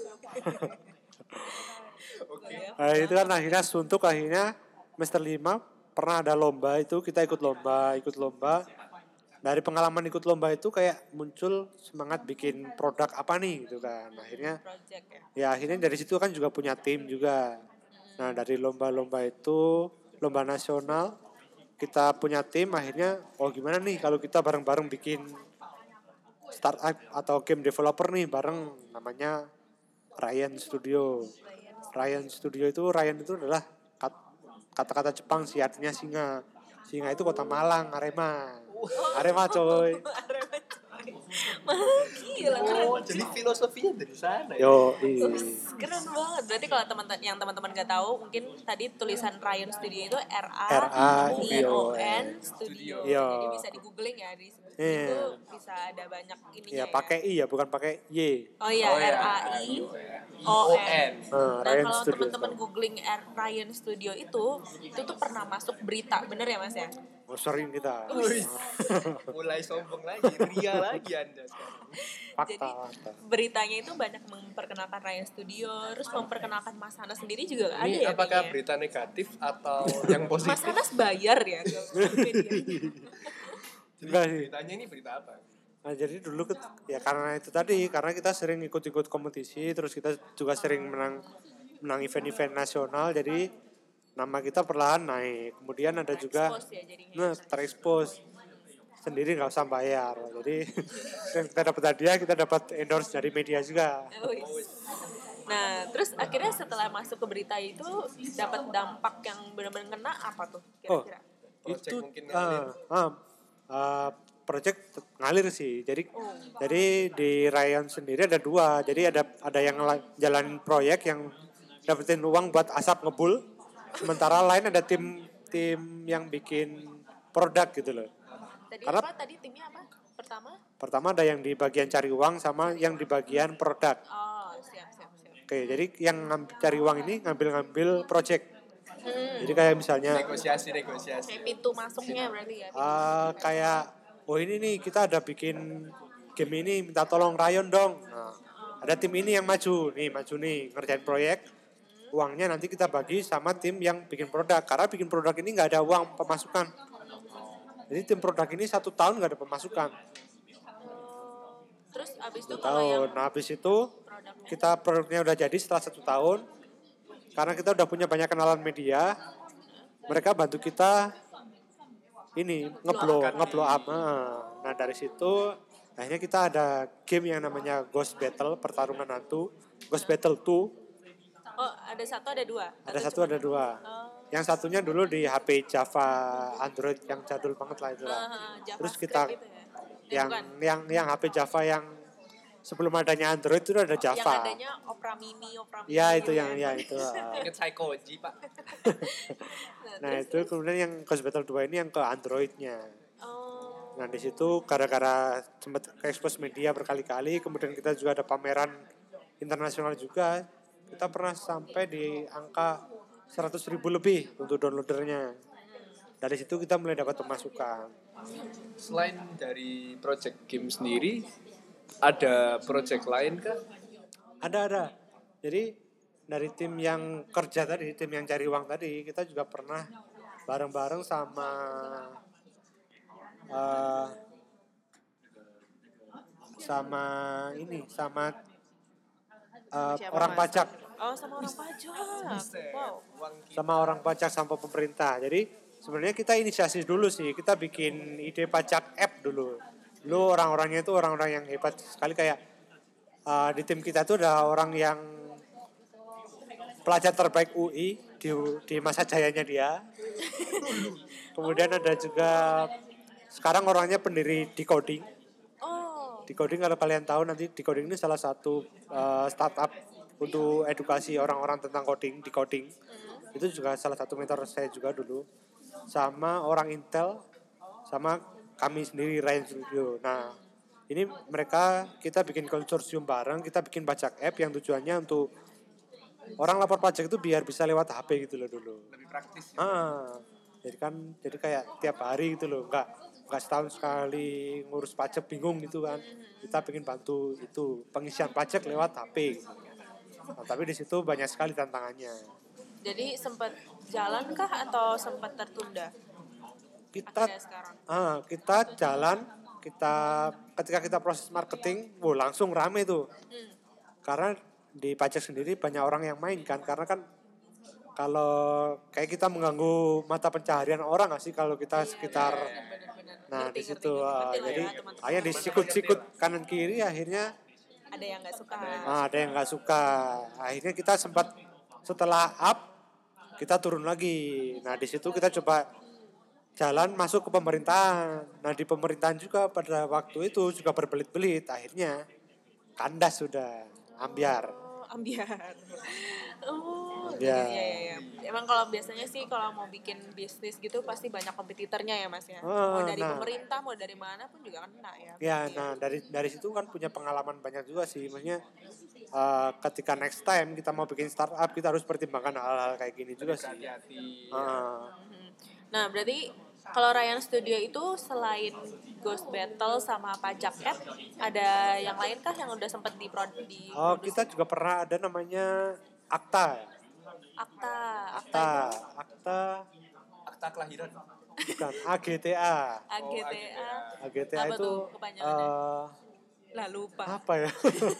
Nah, itu kan akhirnya suntuk, akhirnya semester 5 pernah ada lomba itu kita ikut lomba. Dari pengalaman ikut lomba itu kayak muncul semangat bikin produk apa nih gitu kan. Akhirnya akhirnya dari situ kan juga punya tim juga. Nah, dari lomba-lomba itu, lomba nasional kita punya tim, akhirnya gimana nih kalau kita bareng-bareng bikin startup atau game developer nih bareng, namanya Rayon Studio. Rayon itu adalah kata-kata Jepang sih, artinya singa. Singa itu kota Malang, Arema coy. Gila, keren. Jadi filosofinya dari sana ya. Keren banget. Berarti kalau teman-teman nggak tahu, mungkin tadi tulisan Rayon Studio itu RAYON Studio. Jadi bisa di googling ya di itu bisa ada banyak ininya. Ya pakai I ya, bukan pakai Y. Oh iya, RAYON. Nah, kalau teman-teman googling Rayon Studio itu tuh pernah masuk berita, bener ya Mas ya? Sering kita. Mulai sombong lagi, ria lagi Anda sekarang. Jadi beritanya itu banyak memperkenalkan Rayon Studio, terus memperkenalkan Mas Anas sendiri juga ada ya. Apakah berita negatif atau yang positif? Mas Anas bayar ya ke media. Jadi beritanya ini berita apa? Nah, jadi dulu ya karena itu tadi, karena kita sering ikut-ikut kompetisi, terus kita juga sering menang event-event nasional, jadi nama kita perlahan naik. Kemudian ada juga terekspos sendiri, nggak usah bayar. Jadi kita dapat hadiah, kita dapat endorse dari media juga. Nah, terus akhirnya setelah masuk ke berita itu dapat dampak yang benar-benar kena apa tuh kira-kira? Itu project ngalir sih. Jadi di Rayon sendiri ada 2. Jadi ada yang jalan proyek yang dapetin uang buat asap ngebul. Sementara lain ada tim yang bikin produk gitu loh. Tadi timnya apa? Pertama ada yang di bagian cari uang sama yang di bagian produk. Oh, siap. Oke, jadi yang cari uang ini ngambil project. Jadi kayak misalnya negosiasi. Kayak pintu masuknya berarti ya. Kayak ini nih kita ada bikin game ini, minta tolong Rayon dong. Nah, ada tim ini yang maju nih ngerjain proyek. Uangnya nanti kita bagi sama tim yang bikin produk. Karena bikin produk ini nggak ada uang pemasukan. Jadi tim produk ini 1 tahun nggak ada pemasukan. Terus abis itu kalau habis itu kita produknya udah jadi setelah 1 tahun. Karena kita udah punya banyak kenalan media, mereka bantu kita ini ngeblow up. Nah dari situ akhirnya kita ada game yang namanya Ghost Battle, pertarungan hantu, Ghost Battle 2. Oh, ada 1 ada 2. Ada 1 ada 2. Yang satunya dulu di HP Java Android yang jadul banget lah itu lah. Terus kita gitu ya? yang HP Java yang sebelum adanya Android itu ada Java. Yang adanya Opera Mini. Ya itu yang itu. Ingat Psychoji, Pak. Nah, itu kemudian yang Ghost Battle 2 ini yang ke Androidnya. Nah, di situ gara-gara sempat ke-expose media berkali-kali, kemudian kita juga ada pameran internasional juga. Kita pernah sampai di angka 100.000 lebih untuk downloadernya. Dari situ kita mulai dapat pemasukan. Selain dari project game sendiri, ada project lain kah? Ada. Jadi dari tim yang kerja tadi, tim yang cari uang tadi, kita juga pernah bareng-bareng sama orang pajak. Oh, sama orang pajak. Wow. Sama orang pajak sama pemerintah. Jadi sebenarnya kita inisiasi dulu sih. Kita bikin ide pajak app dulu. Dulu orang-orangnya itu orang-orang yang hebat sekali, kayak di tim kita tuh ada orang yang pelajar terbaik UI di masa jayanya dia. Kemudian ada juga sekarang orangnya pendiri Decoding. Decoding kalau kalian tahu nanti Decoding ini salah satu startup untuk edukasi orang-orang tentang decoding. Itu juga salah satu mentor saya juga dulu. Sama orang Intel, sama kami sendiri Rayon Studio. Nah, ini kita bikin konsorsium bareng, kita bikin pajak app yang tujuannya untuk orang lapor pajak itu biar bisa lewat HP gitu loh dulu. Lebih praktis. Jadi kayak tiap hari gitu loh, enggak setahun sekali ngurus pajak bingung gitu kan. Kita pengen bantu itu pengisian pajak lewat HP gitu. Nah, tapi di situ banyak sekali tantangannya. Jadi sempat jalan kah atau sempat tertunda? Kita jalan, ketika kita proses marketing, langsung rame tuh. Karena di pajak sendiri banyak orang yang main kan, karena kan kalau kayak kita mengganggu mata pencaharian orang nggak sih kalau kita sekitar. Nah di situ jadi hanya disikut-sikut kanan kiri, akhirnya ada yang nggak suka. Ada yang nggak suka. Akhirnya kita setelah up kita turun lagi. Nah di situ kita coba jalan masuk ke pemerintahan. Nah di pemerintahan juga pada waktu itu juga berbelit-belit. Akhirnya kandas sudah, ambiar. Iya. Emang kalau biasanya sih kalau mau bikin bisnis gitu pasti banyak kompetitornya ya Mas ya. Mau dari pemerintah, mau dari mana pun juga kena ya. Ya, nah dari situ kan punya pengalaman banyak juga sih. Maksudnya ketika next time kita mau bikin startup, kita harus pertimbangkan hal-hal kayak gini juga sih. Nah, berarti kalau Rayon Studio itu selain Ghost Battle sama pajak app, ada yang lain kah yang udah sempat di kita juga pernah ada namanya Akta Akta kelahiran. Bukan, AGTA. AGTA Apa itu tuh kepanjangannya? Lah lupa. Apa ya?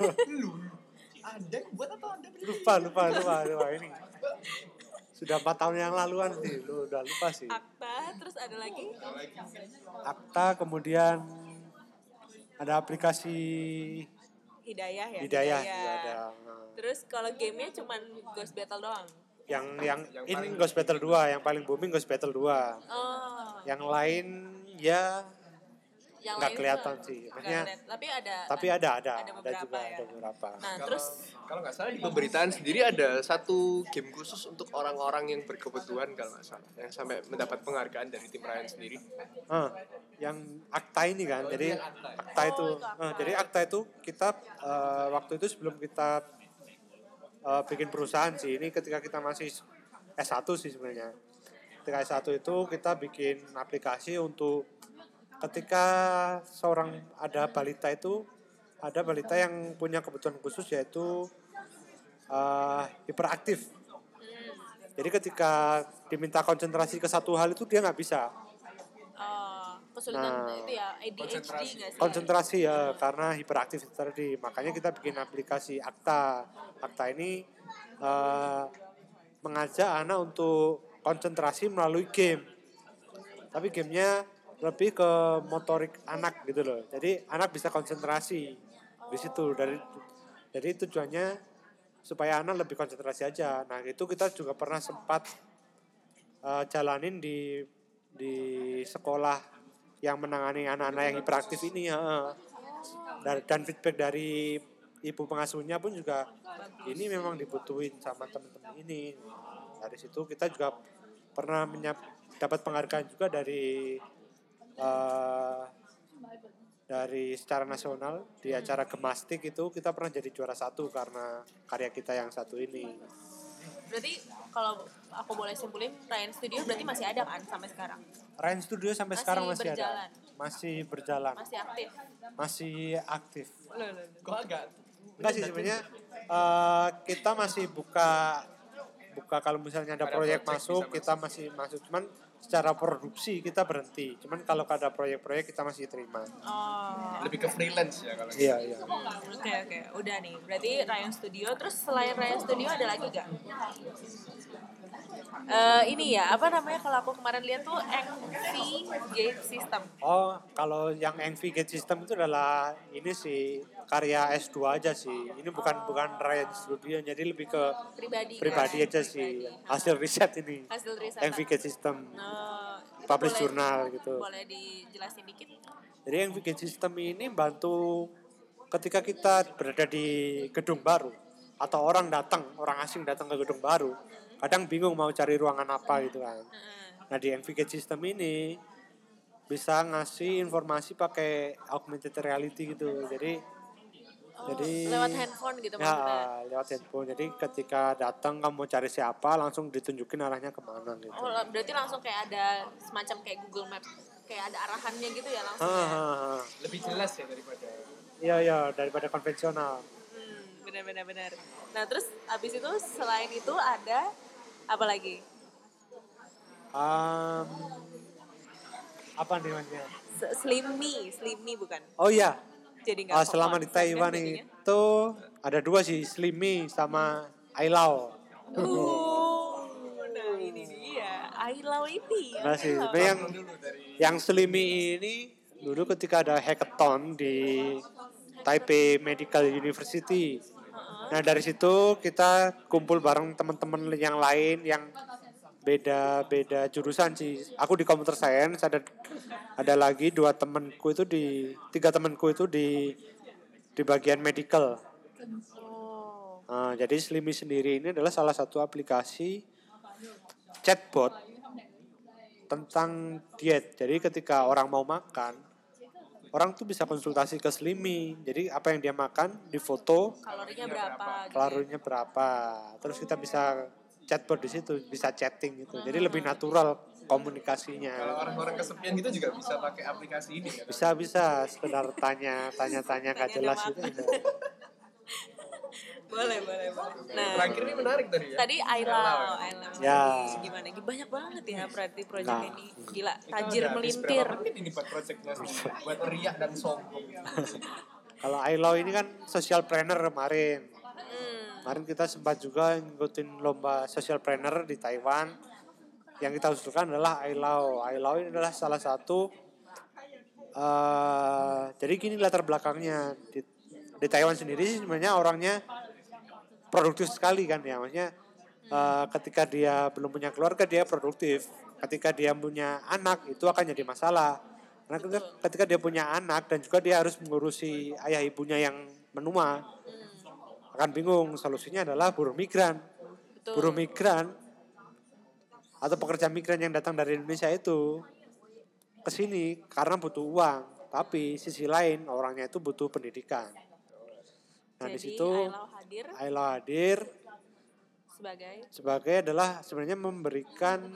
Anda buat apa Anda? Lupa ini. Sudah 4 tahun yang laluan sih, lu udah lupa sih. Akta, terus ada lagi? Akta, kemudian ada aplikasi Hidayah ya. Hidayah. Ada. Terus kalau gamenya cuman Ghost Battle doang. Yang ini Ghost Battle 2, yang paling booming Ghost Battle 2. Yang lain ya nggak kelihatan sih, maksudnya. Tapi ada juga ya. Ada beberapa. Nah, terus kalau nggak salah di pemberitaan sendiri ada satu game khusus untuk orang-orang yang berkebutuhan kalau nggak salah, yang sampai mendapat penghargaan dari tim Ryan sendiri. Yang Akta ini kan, jadi Akta itu, jadi Akta itu kita waktu itu sebelum kita bikin perusahaan sih, ini ketika kita masih S1 sih sebenarnya. Ketika S1 itu kita bikin aplikasi untuk ketika ada balita yang punya kebutuhan khusus yaitu hiperaktif. Jadi ketika diminta konsentrasi ke satu hal itu dia nggak bisa. Kesulitan itu ya ADHD nggak sih? Konsentrasi ya karena hiperaktif tadi. Makanya kita bikin aplikasi Akta. Akta ini mengajak anak untuk konsentrasi melalui game. Tapi gamenya lebih ke motorik anak gitu loh. Jadi anak bisa konsentrasi di situ. Jadi tujuannya supaya anak lebih konsentrasi aja. Nah itu kita juga pernah sempat jalanin di sekolah yang menangani anak-anak yang hiperaktif ini ya. Dan feedback dari ibu pengasuhnya pun juga ini memang dibutuhin sama teman-teman ini. Dari situ kita juga pernah dapat penghargaan juga dari secara nasional di acara Gemastik itu kita pernah jadi juara 1 karena karya kita yang satu ini. Berarti kalau aku boleh simpulin Ryan Studio berarti masih ada kan sampai sekarang? Ryan Studio sampai sekarang masih ada. Masih berjalan. Masih aktif. Kok agak? Enggak sih sebenarnya kita masih buka kalau misalnya ada proyek masuk kita masih masuk, cuman secara produksi kita berhenti. Cuman kalau ada proyek-proyek kita masih terima. Lebih ke freelance ya kalau. Iya. Oke. Udah nih. Berarti Ryan Studio, terus selain Ryan Studio ada lagi gak? Ini ya, apa namanya kalau aku kemarin lihat tuh Envy Gate System. Kalau yang Envy Gate System itu adalah ini sih karya S2 aja sih. Ini bukan Ryan Studio, jadi lebih ke pribadi aja sih. Hasil riset ini. Envy Gate System. Publish jurnal gitu. Boleh dijelasin dikit? Jadi Envy Gate System ini bantu ketika kita berada di gedung baru atau orang asing datang ke gedung baru. Kadang bingung mau cari ruangan apa gitu kan. Nah di Envy Gate System ini bisa ngasih informasi pakai augmented reality gitu. Jadi lewat handphone gitu maksudnya? Ya, lewat handphone. Jadi ketika datang kamu mau cari siapa langsung ditunjukin arahnya kemana gitu. Berarti langsung kayak ada semacam kayak Google Maps, kayak ada arahannya gitu ya langsung Lebih jelas ya daripada. Iya daripada konvensional. Benar. Nah terus abis itu selain itu ada apa lagi? Apa namanya? Slimmy bukan? Oh iya. Jadi selama di Taiwan itu ada 2 sih, Slimmy sama Ailau. Nah ini dia, Ailau ini. Nah sih, yang Slimmy ini dulu ketika ada hackathon di Taipei Medical University. Nah dari situ kita kumpul bareng teman-teman yang lain yang beda jurusan sih. Aku di computer science, ada lagi 3 temanku itu di bagian medical. Jadi Slimmy sendiri ini adalah salah satu aplikasi chatbot tentang diet. Jadi ketika orang mau makan, orang tuh bisa konsultasi ke Slimmy. Jadi apa yang dia makan difoto, kalorinya berapa. Terus kita bisa chatbot di situ, bisa chatting gitu. Jadi lebih natural komunikasinya. Kalau orang-orang kesepian gitu juga bisa pakai aplikasi ini kan? Bisa sekedar tanya-tanya gak jelas gitu. Boleh. boleh. Nah, terakhir ini menarik tadi ya. Tadi Ailau. Ya. Gimana? Banyak banget ya berarti proyek ini. Gila, tajir melintir. Berapa menit ini buat proyeknya buat riak dan sombong. Kalau Ailau ini kan social planner kemarin. Kemarin kita sempat juga ngikutin lomba social planner di Taiwan. Yang kita usulkan adalah Ailau. Ailau ini adalah salah satu jadi gini latar belakangnya di Taiwan sendiri sebenarnya orangnya produktif sekali kan ya, maksudnya ketika dia belum punya keluarga dia produktif, ketika dia punya anak itu akan jadi masalah karena ketika dia punya anak dan juga dia harus mengurusi ayah ibunya yang menua akan bingung. Solusinya adalah buruh migran. Buruh migran atau pekerja migran yang datang dari Indonesia itu ke sini karena butuh uang, tapi sisi lain orangnya itu butuh pendidikan. Nah, di situ Ailau hadir sebagai adalah sebenarnya memberikan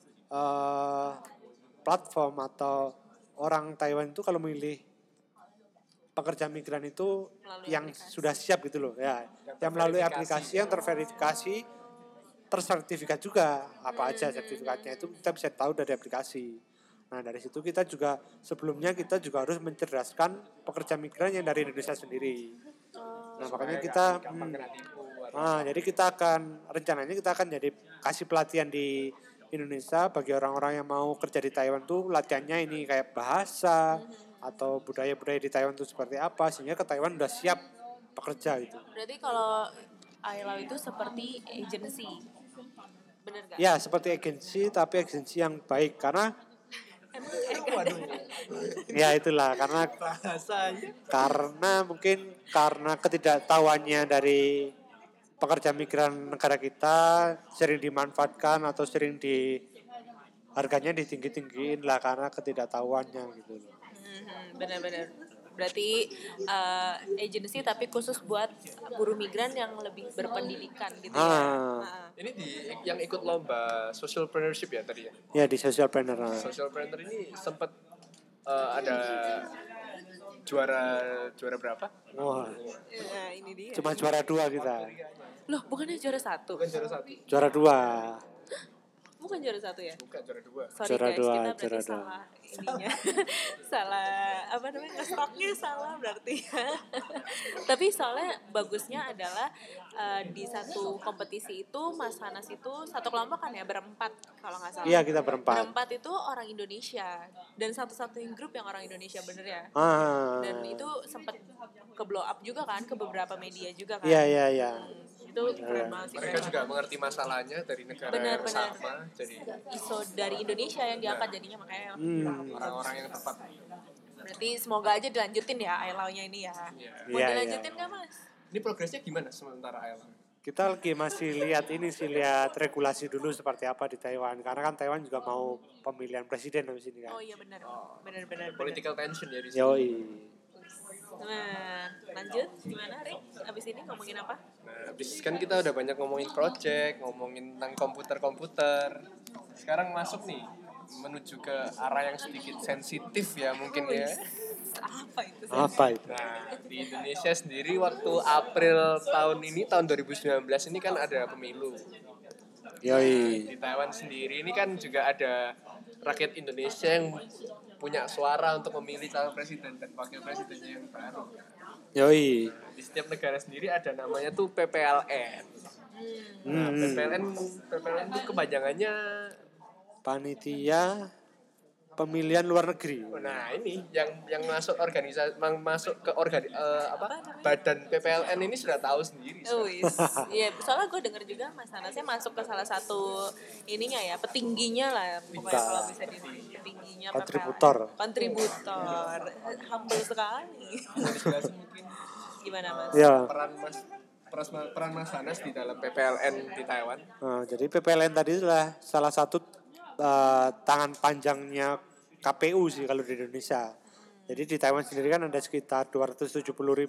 platform atau orang Taiwan itu kalau memilih pekerja migran itu melalui yang aplikasi. Sudah siap gitu loh ya, yang melalui aplikasi yang terverifikasi, tersertifikat juga apa aja sertifikatnya itu kita bisa tahu dari aplikasi. Nah dari situ kita juga sebelumnya kita juga harus mencerdaskan pekerja migran yang dari Indonesia sendiri. Nah makanya kita jadi kita akan rencananya kita akan jadi kasih pelatihan di Indonesia bagi orang-orang yang mau kerja di Taiwan tuh latihannya ini kayak bahasa atau budaya-budaya di Taiwan itu seperti apa sehingga ke Taiwan udah siap bekerja gitu. Berarti kalau Ailau itu seperti agensi, benar gak? Ya seperti agensi tapi agensi yang baik karena ya itulah karena mungkin karena ketidaktahuannya dari pekerja migran negara kita sering dimanfaatkan atau sering harganya ditinggi-tinggiin lah karena ketidaktahuannya gitu. Benar-benar. Berarti agensi tapi khusus buat buruh migran yang lebih berpendidikan gitu ya. Ini yang ikut lomba socialpreneurship ya tadi ya? Ya di socialpreneur. Socialpreneur ini sempat ada juara berapa? Wah. Nah, ini dia. Cuma juara 2 kita. Loh, bukannya juara 1? Bukan juara 1. Juara 2. Bukan juara 1 ya? Bukan juara 2. Sorry juara guys, 2, kita berarti salah ininya. salah apa namanya? Stoknya salah berarti ya. Tapi soalnya bagusnya adalah di satu kompetisi itu Mas Hanas itu satu kelompok kan ya berempat kalau nggak salah. Iya, kita berempat. Berempat itu orang Indonesia dan satu-satunya grup yang orang Indonesia bener ya. Dan itu sempat ke blow up juga kan ke beberapa media juga kan. Iya. Itu keren banget sih. Mereka juga mengerti masalahnya dari negara yang sama, jadi isu dari Indonesia yang diangkat jadinya makanya orang-orang yang tepat. Berarti semoga aja dilanjutin ya Ailau-nya ini ya. Mau dilanjutin nggak Mas? Ini progresnya gimana sementara Ailau? Kita lagi masih lihat regulasi dulu seperti apa di Taiwan karena kan Taiwan juga mau pemilihan presiden habis ini kan. Oh iya benar. Political tension ya di sini. Yoi. Nah, lanjut gimana Rick? Abis ini ngomongin apa? Nah, abis kan kita udah banyak ngomongin project, ngomongin tentang komputer. Sekarang masuk nih menuju ke arah yang sedikit sensitif ya mungkin ya. Apa itu? Nah, di Indonesia sendiri waktu April tahun 2019 ini kan ada pemilu. Yoi. Di Taiwan sendiri ini kan juga ada rakyat Indonesia yang punya suara untuk memilih calon presiden dan wakil presidennya yang baru. Yoi. Di setiap negara sendiri ada namanya tuh PPLN. Nah, PPLN itu kepanjangannya Panitia Pemilihan Luar Negeri. Nah ini yang masuk organisasi, masuk ke badan PPLN ini sudah tahu sendiri. Iya, soalnya gue denger juga Mas Hanasnya masuk ke salah satu ininya ya, petingginya lah, pokoknya kalau bisa petingginya kontributor. Humble sekali. Gimana Mas? Ya. Peran Mas Hanas di dalam PPLN di Taiwan. Jadi PPLN tadi adalah salah satu tangan panjangnya KPU sih kalau di Indonesia. Jadi di Taiwan sendiri kan ada sekitar 270.000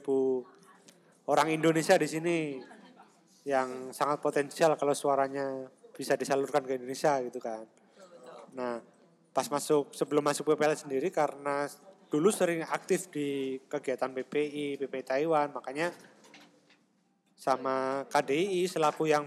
orang Indonesia di sini yang sangat potensial kalau suaranya bisa disalurkan ke Indonesia gitu kan. Nah, sebelum masuk PPLN sendiri karena dulu sering aktif di kegiatan PPI Taiwan, makanya sama KDI selaku yang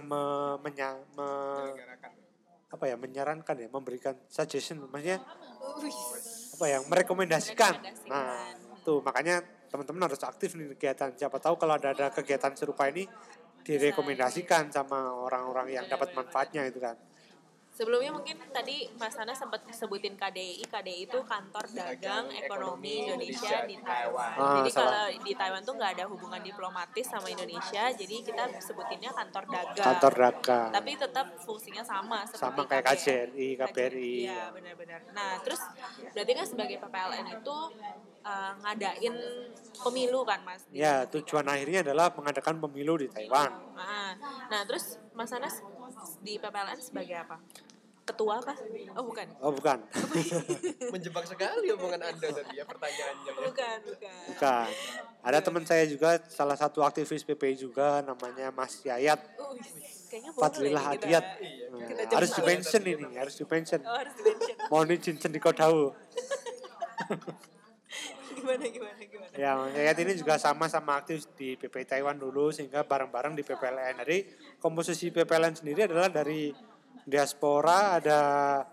menyarankan ya, memberikan suggestion, maksudnya merekomendasikan. Nah, itu makanya teman-teman harus aktif nih kegiatan. Siapa tahu kalau ada kegiatan serupa ini direkomendasikan sama orang-orang yang dapat manfaatnya itu kan. Sebelumnya mungkin tadi Mas Hana sempat sebutin KDI. KDI itu Kantor Dagang Ekonomi Indonesia di Taiwan. Jadi kalau di Taiwan tuh nggak ada hubungan diplomatis sama Indonesia, jadi kita sebutinnya Kantor Dagang. Kantor Dagang. Tapi tetap fungsinya sama seperti sama kayak KJRI, KBRI. Iya, benar-benar. Nah, terus berarti kan sebagai PPLN itu ngadain pemilu kan, Mas? Ya, tujuan akhirnya adalah mengadakan pemilu di Taiwan. Nah, terus Mas Anas di PPLN sebagai apa? Ketua apa? Oh bukan. Menjebak sekali omongan Anda tadi ya pertanyaannya. Bukan. Ada teman saya juga, salah satu aktivis PPI juga, namanya Mas Yayat. Fadlilah Adiyat. Harus di-mention ini, harus di-mention. Oh, harus di-mention. Mohon izin Cendiko Gimana? Ya, Mas Yayat ini juga sama aktif di PPI Taiwan dulu, sehingga bareng-bareng di PPLN. Jadi komposisi PPLN sendiri adalah dari diaspora ada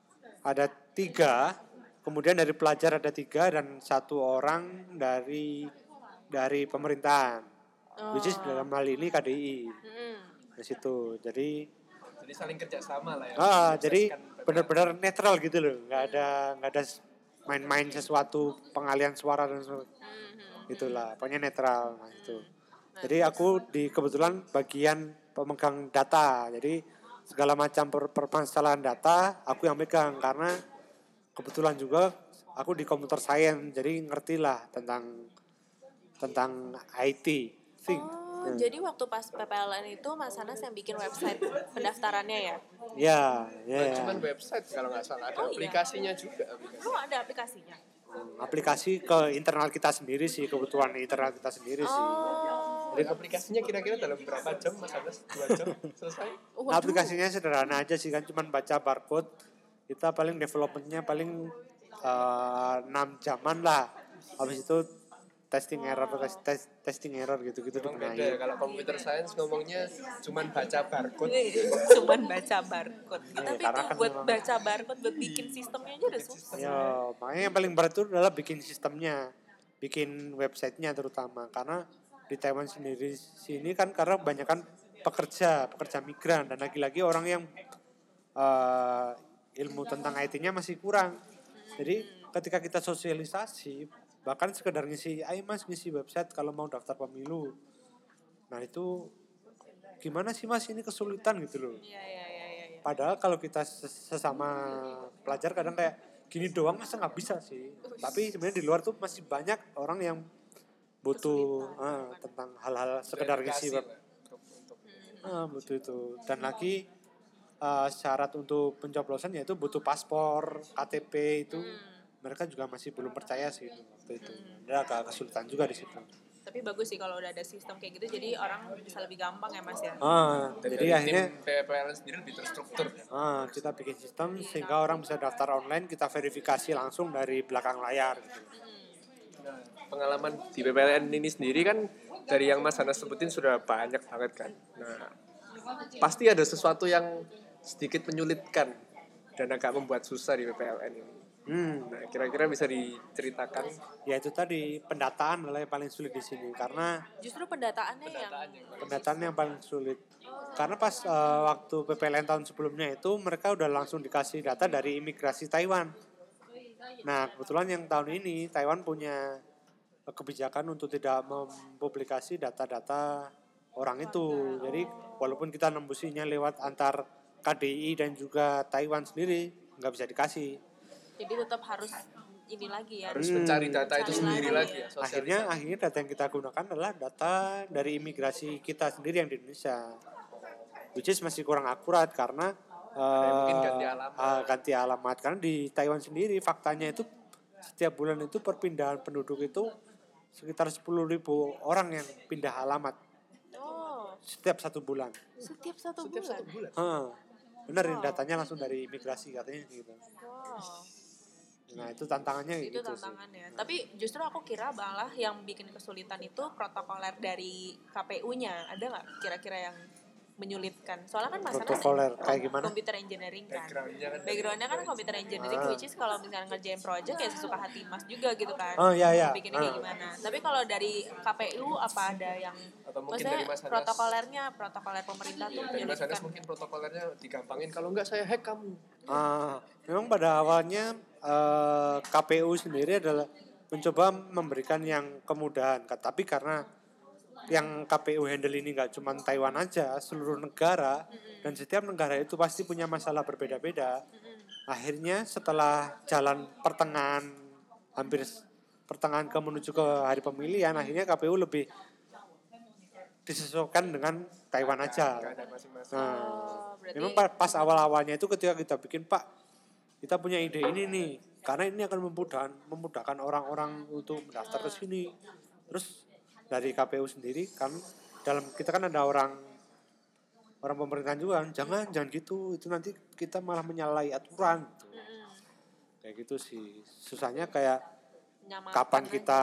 3, kemudian dari pelajar ada 3 dan 1 orang dari pemerintahan, which is dalam hal ini KDI. Di situ, jadi saling kerjasama lah ya. Jadi benar-benar netral gitu loh, nggak ada main-main sesuatu pengalian suara dan itulah, pokoknya netral. Nah itu. Jadi aku kebetulan bagian pemegang data, jadi segala macam permasalahan data aku yang megang, karena kebetulan juga aku di computer science, jadi ngerti lah tentang IT thing. Jadi waktu pas PPLN itu Mas Anas yang bikin website pendaftarannya ya? Ya. Cuman website kalau nggak salah, ada aplikasinya juga. Ada aplikasinya? Aplikasi ke internal kita sendiri sih, kebutuhan internal kita sendiri sih. Jadi aplikasinya kira-kira dalam berapa jam Mas Anas? 2 jam selesai? Aplikasinya sederhana aja sih kan, cuman baca barcode. Kita paling developmentnya paling 6 jaman lah. Habis itu testing error gitu-gitu dibenahi. Beda ya, kalau computer science ngomongnya cuman baca barcode. Tapi itu buat baca barcode, buat bikin sistemnya aja udah susah. Ya, makanya yang paling berat itu adalah bikin sistemnya, bikin websitenya terutama, karena di Taiwan sendiri sini kan karena kebanyakan pekerja migran, dan lagi-lagi orang yang ilmu tentang IT-nya masih kurang. Jadi ketika kita sosialisasi, bahkan sekedar ngisi website kalau mau daftar pemilu, nah itu gimana sih Mas, ini kesulitan gitu loh. Iya. Padahal kalau kita sesama pelajar kadang kayak gini doang masa nggak bisa sih. Tapi sebenarnya di luar tuh masih banyak orang yang butuh tentang hal-hal sekedar ngisi web. Butuh itu. Dan lagi syarat untuk pencoblosan yaitu butuh paspor, KTP itu. Mereka juga masih belum percaya sih waktu itu. Ada agak kesulitan juga di situ. Tapi bagus sih kalau udah ada sistem kayak gitu, jadi orang bisa lebih gampang ya Mas ya. Jadi akhirnya PPLN sendiri lebih terstruktur. Kita bikin sistem sehingga orang bisa daftar online, kita verifikasi langsung dari belakang layar. Gitu. Nah, pengalaman di PPLN ini sendiri kan dari yang Mas Hana sebutin sudah banyak banget kan. Nah, pasti ada sesuatu yang sedikit menyulitkan dan agak membuat susah di PPLN ini. Nah, kira-kira bisa diceritakan? Ya itu tadi, pendataan adalah yang paling sulit di sini, karena justru pendataan yang paling sulit. Karena pas waktu PPLN tahun sebelumnya itu mereka udah langsung dikasih data dari imigrasi Taiwan. Nah, kebetulan yang tahun ini Taiwan punya kebijakan untuk tidak mempublikasi data-data orang itu. Jadi walaupun kita nembusinya lewat antar KDI dan juga Taiwan sendiri, nggak bisa dikasih. Jadi tetap harus ini lagi ya. Harus mencari data itu sendiri lagi ya. Akhirnya data yang kita gunakan adalah data dari imigrasi kita sendiri yang di Indonesia, which is masih kurang akurat karena mungkin ganti alamat. Karena di Taiwan sendiri faktanya itu setiap bulan itu perpindahan penduduk itu sekitar 10.000 orang yang pindah alamat. Setiap 1 bulan. Setiap satu bulan. Benar, datanya langsung dari imigrasi katanya gitu. Nah itu tantangannya itu gitu tantangannya sih. Tapi justru aku kira malah yang bikin kesulitan itu protokoler dari KPU-nya. Ada nggak kira-kira yang menyulitkan? Soalnya kan Mas Anas protokoler kayak gimana? computer engineering kan. Backgroundnya kan computer engineering, which is kalau misalnya ngerjain project ya sesuka hati Mas juga gitu kan. Oh iya. Bikinnya kayak gimana. Tapi kalau dari KPU apa ada yang atau mungkin dari Mas Anas, protokoler pemerintah tuh dari Mas Anas mungkin protokolernya digampangin, kalau enggak saya hack kamu. Memang pada awalnya KPU sendiri adalah mencoba memberikan yang kemudahan, tapi karena yang KPU handle ini nggak cuma Taiwan aja, seluruh negara, dan setiap negara itu pasti punya masalah berbeda-beda. Akhirnya setelah jalan hampir pertengahan menuju ke hari pemilihan, akhirnya KPU lebih disesuaikan dengan Taiwan aja. Memang pas awal-awalnya itu ketika kita bikin, Pak, kita punya ide ini nih, karena ini akan memudahkan orang-orang untuk mendaftar ke sini. Terus dari KPU sendiri kan kita kan ada orang pemerintahan juga, jangan gitu, itu nanti kita malah menyalahi aturan gitu. Kayak gitu sih. Susahnya kayak kapan kita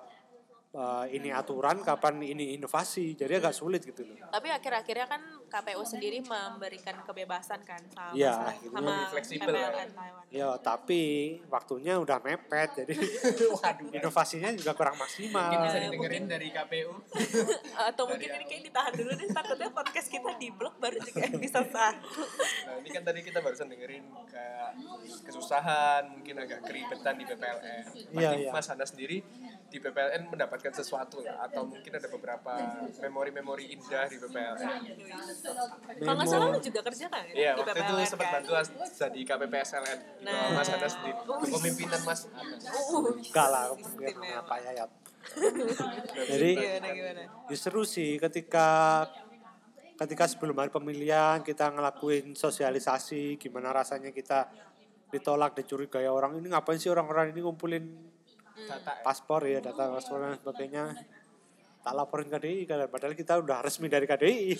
ini aturan, kapan ini inovasi, jadi agak sulit gitu loh. Tapi akhir-akhirnya kan KPU sendiri memberikan kebebasan kan sama fleksibel Taiwan. Ya, tapi waktunya udah mepet, jadi inovasinya juga kurang maksimal. Mungkin bisa didengerin dari KPU. Atau mungkin ini kayak ditahan dulu deh, takutnya podcast kita di blok baru juga episode 1. Nah ini kan tadi kita barusan dengerin kesusahan, mungkin agak keribetan di PPLN. Pasti Mas Anas sendiri di PPLN mendapatkan sesuatu lah, atau mungkin ada beberapa memori-memori indah di PPLN. Kalau nggak salah lu juga kerja kan? Iya, waktu itu sempat bantu di KPPSLN. Mas Anas di kepemimpinan Mas Anas. Enggak lah, apa ya. Jadi seru sih ketika sebelum hari pemilihan kita ngelakuin sosialisasi, gimana rasanya kita ditolak, dicurigai orang ini, ngapain sih orang-orang ini ngumpulin data paspor dan sebagainya, tak laporin KDI kan, padahal kita udah resmi dari KDI.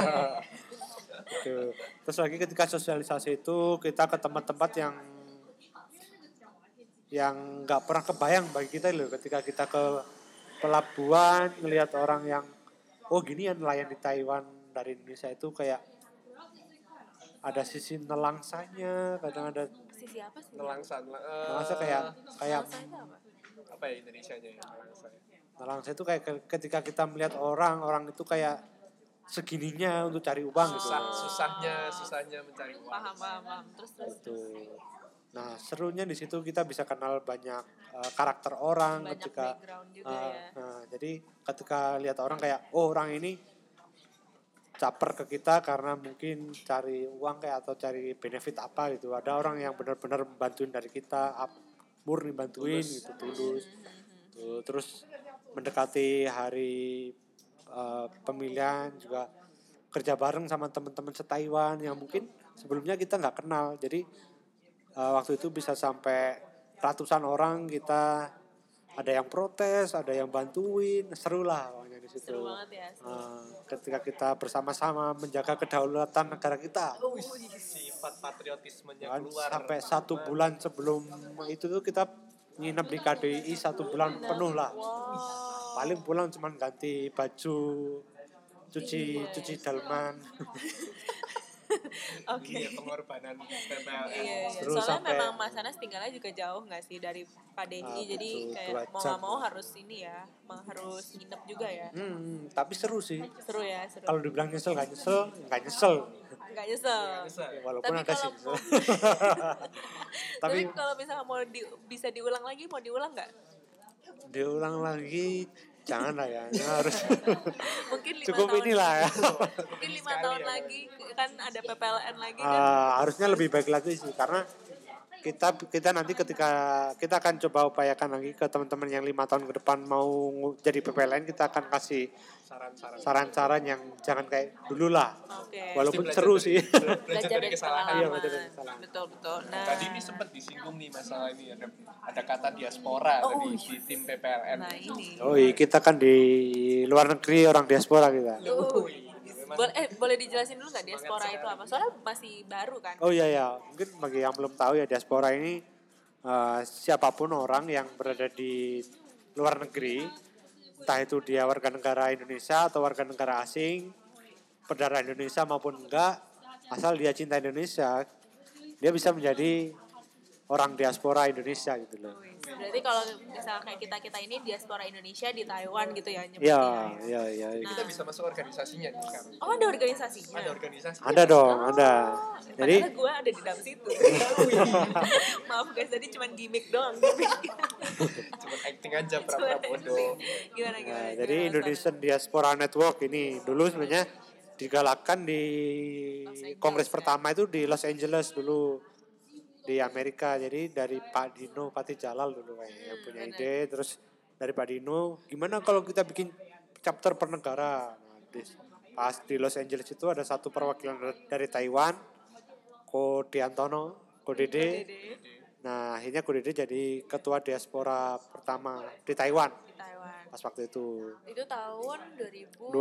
Terus lagi ketika sosialisasi itu kita ke tempat-tempat yang nggak pernah kebayang bagi kita loh, ketika kita ke pelabuhan ngelihat orang yang gini ya nelayan di Taiwan dari Indonesia itu kayak ada sisi nelangsanya, kadang ada sisi apa sih? Nelangsa kayak apa ya Indonesianya ya nelangsa itu kayak ketika kita melihat orang itu kayak segininya untuk cari uang gitu. Susahnya mencari uang. Paham. Terus. Gitu. Nah, serunya di situ kita bisa kenal banyak karakter orang, banyak ketika juga ya. Nah, jadi ketika lihat orang kayak orang ini caper ke kita karena mungkin cari uang kayak atau cari benefit apa gitu. Ada orang yang benar-benar bantuin dari kita, murni bantuin gitu, tulus. Terus mendekati hari pemilihan juga kerja bareng sama teman-teman se-Taiwan yang mungkin sebelumnya kita nggak kenal. Jadi waktu itu bisa sampai ratusan orang, kita ada yang protes, ada yang bantuin, seru lah pokoknya di situ. Seru banget ya. Ketika kita bersama-sama menjaga kedaulatan negara kita. Sifat patriotismenya keluar. Sampai 1 bulan sebelum itu tuh kita nginep di KDI 1 bulan penuh lah. Paling pulang cuma ganti baju, cuci dalman. Oke. Pengorbanan PPLN. Iya. Soalnya memang Mas Anas tinggalnya juga jauh nggak sih dari KDI, jadi kayak mau nggak mau harus ini ya, harus nginep juga ya. Tapi seru sih. Seru ya. Kalau dibilang nyesel nggak nyesel. Nggak nyesel. Walaupun tapi ada sih. Tapi kalau misalnya bisa diulang lagi, mau diulang nggak? Diulang lagi. Jangan lah ya, harus mungkin 5 cukup tahun inilah ya. Mungkin 5 tahun lagi kan ada PPLN lagi kan. Harusnya lebih baik lagi sih, karena kita nanti ketika kita akan coba upayakan lagi ke teman-teman yang 5 tahun ke depan mau jadi PPLN, kita akan kasih saran-saran yang jangan kayak dulu lah. Walaupun seru sih. Belajar dari kesalahan. Iya, belajar dari kesalahan. Betul. Nah, tadi ini sempat disinggung nih masalah ini, ada kata diaspora tadi di tim PPLN. Nah, ini. Kita kan di luar negeri, orang diaspora kita. Boleh dijelasin dulu nggak diaspora itu apa? Soalnya masih baru kan. Iya. Mungkin bagi yang belum tahu ya, diaspora ini siapapun orang yang berada di luar negeri, entah itu dia warga negara Indonesia atau warga negara asing, berdarah Indonesia maupun enggak, asal dia cinta Indonesia, dia bisa menjadi orang diaspora Indonesia gitu loh. Berarti kalau misalnya kayak kita ini diaspora Indonesia di Taiwan gitu ya nyebutnya. Iya. Kita bisa masuk organisasinya nih sekarang. Oh, ada organisasinya? Ada organisasinya. Ada dong, ada. Jadi gue ada di dalam situ. Maaf guys, tadi cuma gimmick doang. Cuma acting aja pura-pura bodoh. Gimana? Jadi Indonesian Diaspora Network ini dulu sebenarnya digalakkan di kongres pertama itu di Los Angeles dulu, di Amerika. Jadi dari Pak Dino Patijalal dulu kayaknya yang punya ide. Terus dari Pak Dino, gimana kalau kita bikin chapter per negara. Pas di Los Angeles itu ada satu perwakilan dari Taiwan, Ko Diantono, Ko Dede. Nah akhirnya Ko Dede jadi ketua diaspora pertama di Taiwan. Pas waktu itu. Itu tahun 2012.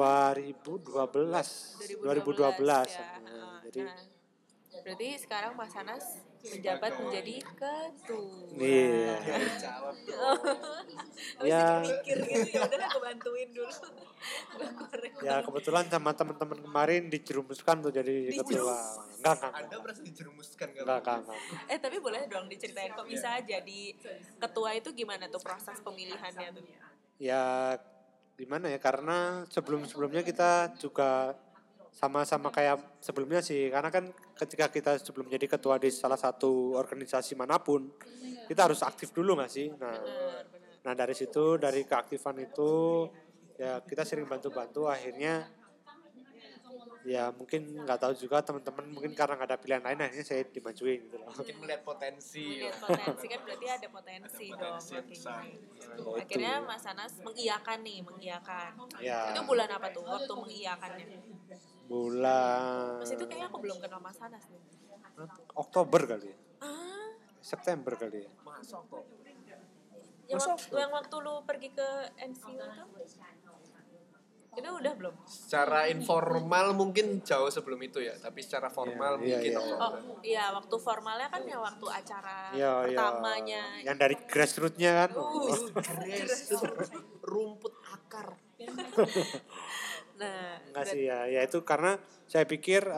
2012. Ya. Jadi berarti sekarang Mas Anas menjabat menjadi ketua. Iya. Jawab. Ya. Mikir gitu ya, udah aku bantuin dulu. Ya kebetulan sama teman-teman kemarin dijerumuskan tuh jadi ketua. Enggak. Anda merasa dijerumuskan Enggak. Tapi boleh dong diceritain kok bisa jadi ketua itu gimana tuh proses pemilihannya tuh? Ya gimana ya, karena sebelum-sebelumnya kita juga sama-sama kayak sebelumnya sih, karena kan ketika kita sebelum jadi ketua di salah satu organisasi manapun kita harus aktif dulu nggak sih. Nah dari situ, dari keaktifan itu ya kita sering bantu-bantu, akhirnya ya mungkin nggak tahu juga teman-teman, mungkin karena nggak ada pilihan lain akhirnya saya dimajuin gitu loh. Mungkin melihat potensi kan berarti ada potensi dong. Akhirnya Mas Anas mengiyakan. Ya. Itu bulan apa tuh waktu mengiyakannya? Bulan. Mas itu kayaknya aku belum kenal Mas Anas nih. Oktober kali ya. September kali ya. Masuk kok. Yang waktu lu pergi ke NCU itu udah belum? Secara informal mungkin jauh sebelum itu ya, tapi secara formal mungkin. Oh iya, waktu formalnya kan ya waktu acara pertamanya. Yang dari grassroots-nya kan. Rumput akar. Nah, enggak sih ya itu karena saya pikir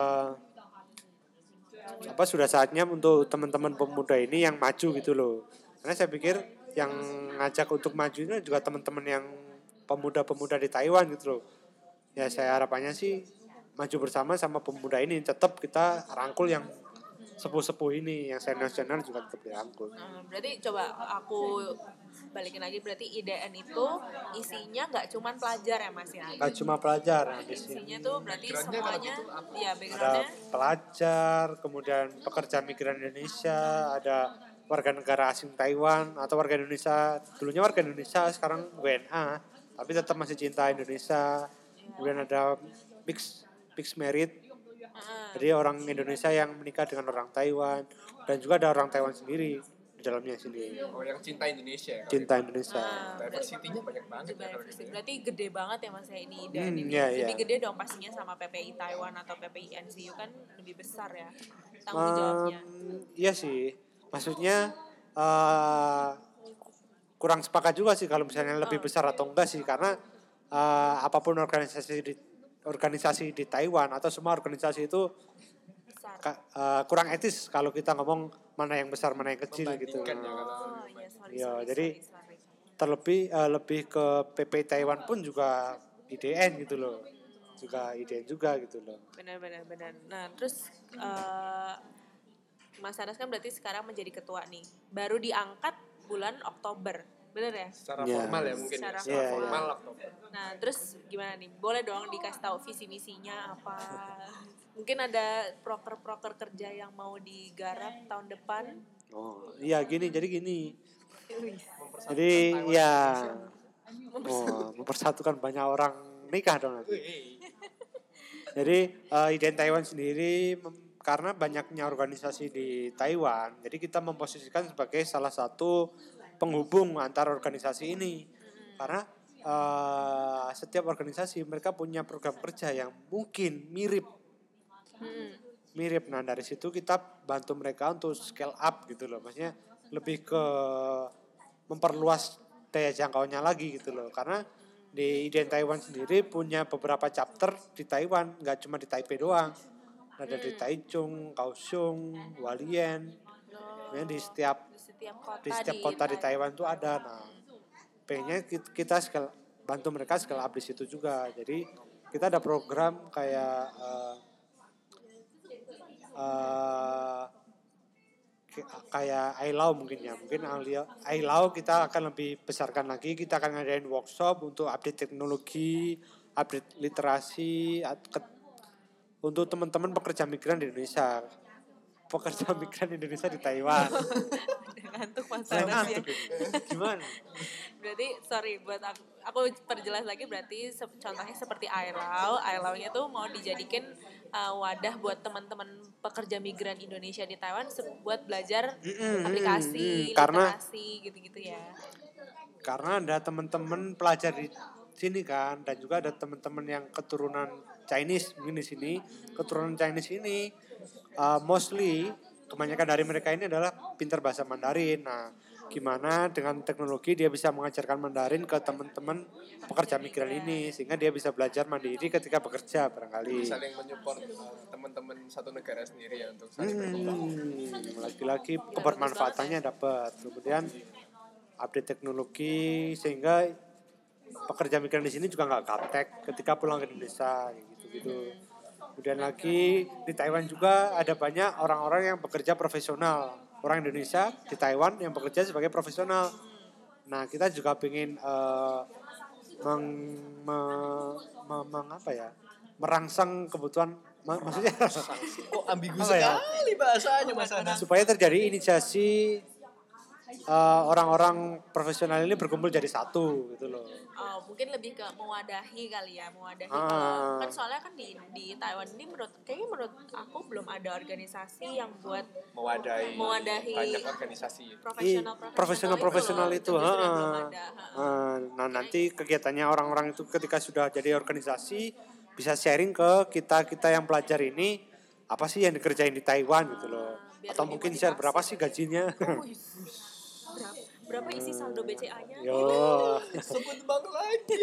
sudah saatnya untuk teman-teman pemuda ini yang maju gitu loh. Karena saya pikir yang ngajak untuk maju ini juga teman-teman yang pemuda-pemuda di Taiwan gitu loh. Ya saya harapannya sih maju bersama sama pemuda ini, tetap kita rangkul yang sepuh-sepuh ini, yang senior-senior juga tetap dirangkul. Berarti coba aku balikin lagi, berarti IDN itu isinya nggak cuma pelajar ya Mas ya? Nggak cuma pelajar. Isinya tuh berarti semuanya ya Ada backgroundnya. pelajar, kemudian pekerja migran Indonesia, ada warga negara asing Taiwan atau warga Indonesia, dulunya warga Indonesia sekarang WNA tapi tetap masih cinta Indonesia. Kemudian ada mixed married, jadi orang Indonesia yang menikah dengan orang Taiwan, dan juga ada orang Taiwan sendiri di dalamnya sendiri. Oh, yang cinta Indonesia ya? Cinta Indonesia. Diversity-nya banyak banget ya. Berarti gede banget ya Mas ya ini IDN ini. Lebih gede dong pastinya sama PPI Taiwan atau PPI NCU kan lebih besar ya tanggung jawabnya. Iya sih, maksudnya kurang sepakat juga sih kalau misalnya lebih besar atau enggak sih, karena apapun organisasi di Taiwan atau semua organisasi itu kurang etis kalau kita ngomong mana yang besar mana yang kecil gitu. Jadi terlebih lebih ke PP Taiwan pun juga IDN gitu loh, juga IDN juga gitu loh. Benar. Nah terus Mas Anas kan berarti sekarang menjadi ketua nih, baru diangkat bulan Oktober, bener ya? Secara formal ya mungkin. Secara formal Oktober. Nah terus gimana nih? Boleh dong dikasih tahu visi misinya apa? Mungkin ada proker kerja yang mau digarap tahun depan? Oh iya gini. Jadi ya mempersatukan banyak orang nikah dong nanti. Jadi IDN Taiwan sendiri karena banyaknya organisasi di Taiwan, jadi kita memposisikan sebagai salah satu penghubung antar organisasi ini. Karena setiap organisasi mereka punya program kerja yang mungkin mirip. Nah dari situ kita bantu mereka untuk scale up gitu loh. Maksudnya lebih ke memperluas daya jangkaunya lagi gitu loh. Karena di IDN Taiwan sendiri punya beberapa chapter di Taiwan, nggak cuma di Taipei doang. Ada di Taichung, Kaohsiung, Hualien. Di setiap kota di Taiwan tuh ada. Nah, pengennya kita bantu mereka scale up di situ juga. Jadi kita ada program kayak kayak iLaw mungkin iLaw kita akan lebih besarkan lagi. Kita akan ngadain workshop untuk update teknologi, update literasi untuk teman-teman pekerja migran di Indonesia. Pekerja migran Indonesia di Taiwan. Ngantuk Mas Anas ya. Gimana? Berarti sorry buat aku perjelas lagi, berarti contohnya seperti iLaw. iLaw-nya tuh mau dijadikan wadah buat teman-teman pekerja migran Indonesia di Taiwan buat belajar aplikasi, literasi gitu-gitu ya. Karena ada teman-teman pelajar di sini kan, dan juga ada teman-teman yang keturunan Chinese mungkin di sini. Keturunan Chinese ini mostly kebanyakan dari mereka ini adalah pintar bahasa Mandarin. Nah, gimana dengan teknologi dia bisa mengajarkan Mandarin ke teman-teman pekerja migran ini sehingga dia bisa belajar mandiri ketika bekerja barangkali. Saling menyupport teman-teman satu negara sendiri ya untuk saling berkembang. Lagi-lagi kebermanfaatannya dapat. Kemudian update teknologi sehingga pekerja migran di sini juga nggak gaptek ketika pulang ke Indonesia gitu. Kemudian lagi di Taiwan juga ada banyak orang-orang yang bekerja profesional, orang Indonesia di Taiwan yang bekerja sebagai profesional. Nah, kita juga ingin merangsang kebutuhan, maksudnya kok ambigu sekali bahasanya Mas Anas. Supaya terjadi inisiasi orang-orang profesional ini berkumpul jadi satu gitu loh. Mungkin lebih ke mewadahi kali ya, Kalau kan soalnya kan di Taiwan ini menurut aku belum ada organisasi yang buat mewadahi banyak organisasi profesional itu. Nah, nanti kegiatannya orang-orang itu ketika sudah jadi organisasi bisa sharing ke kita yang pelajar ini apa sih yang dikerjain di Taiwan gitu loh. Atau mungkin share berapa sih gajinya. Berapa isi saldo BCA-nya? Yo. Sebut bang lagi.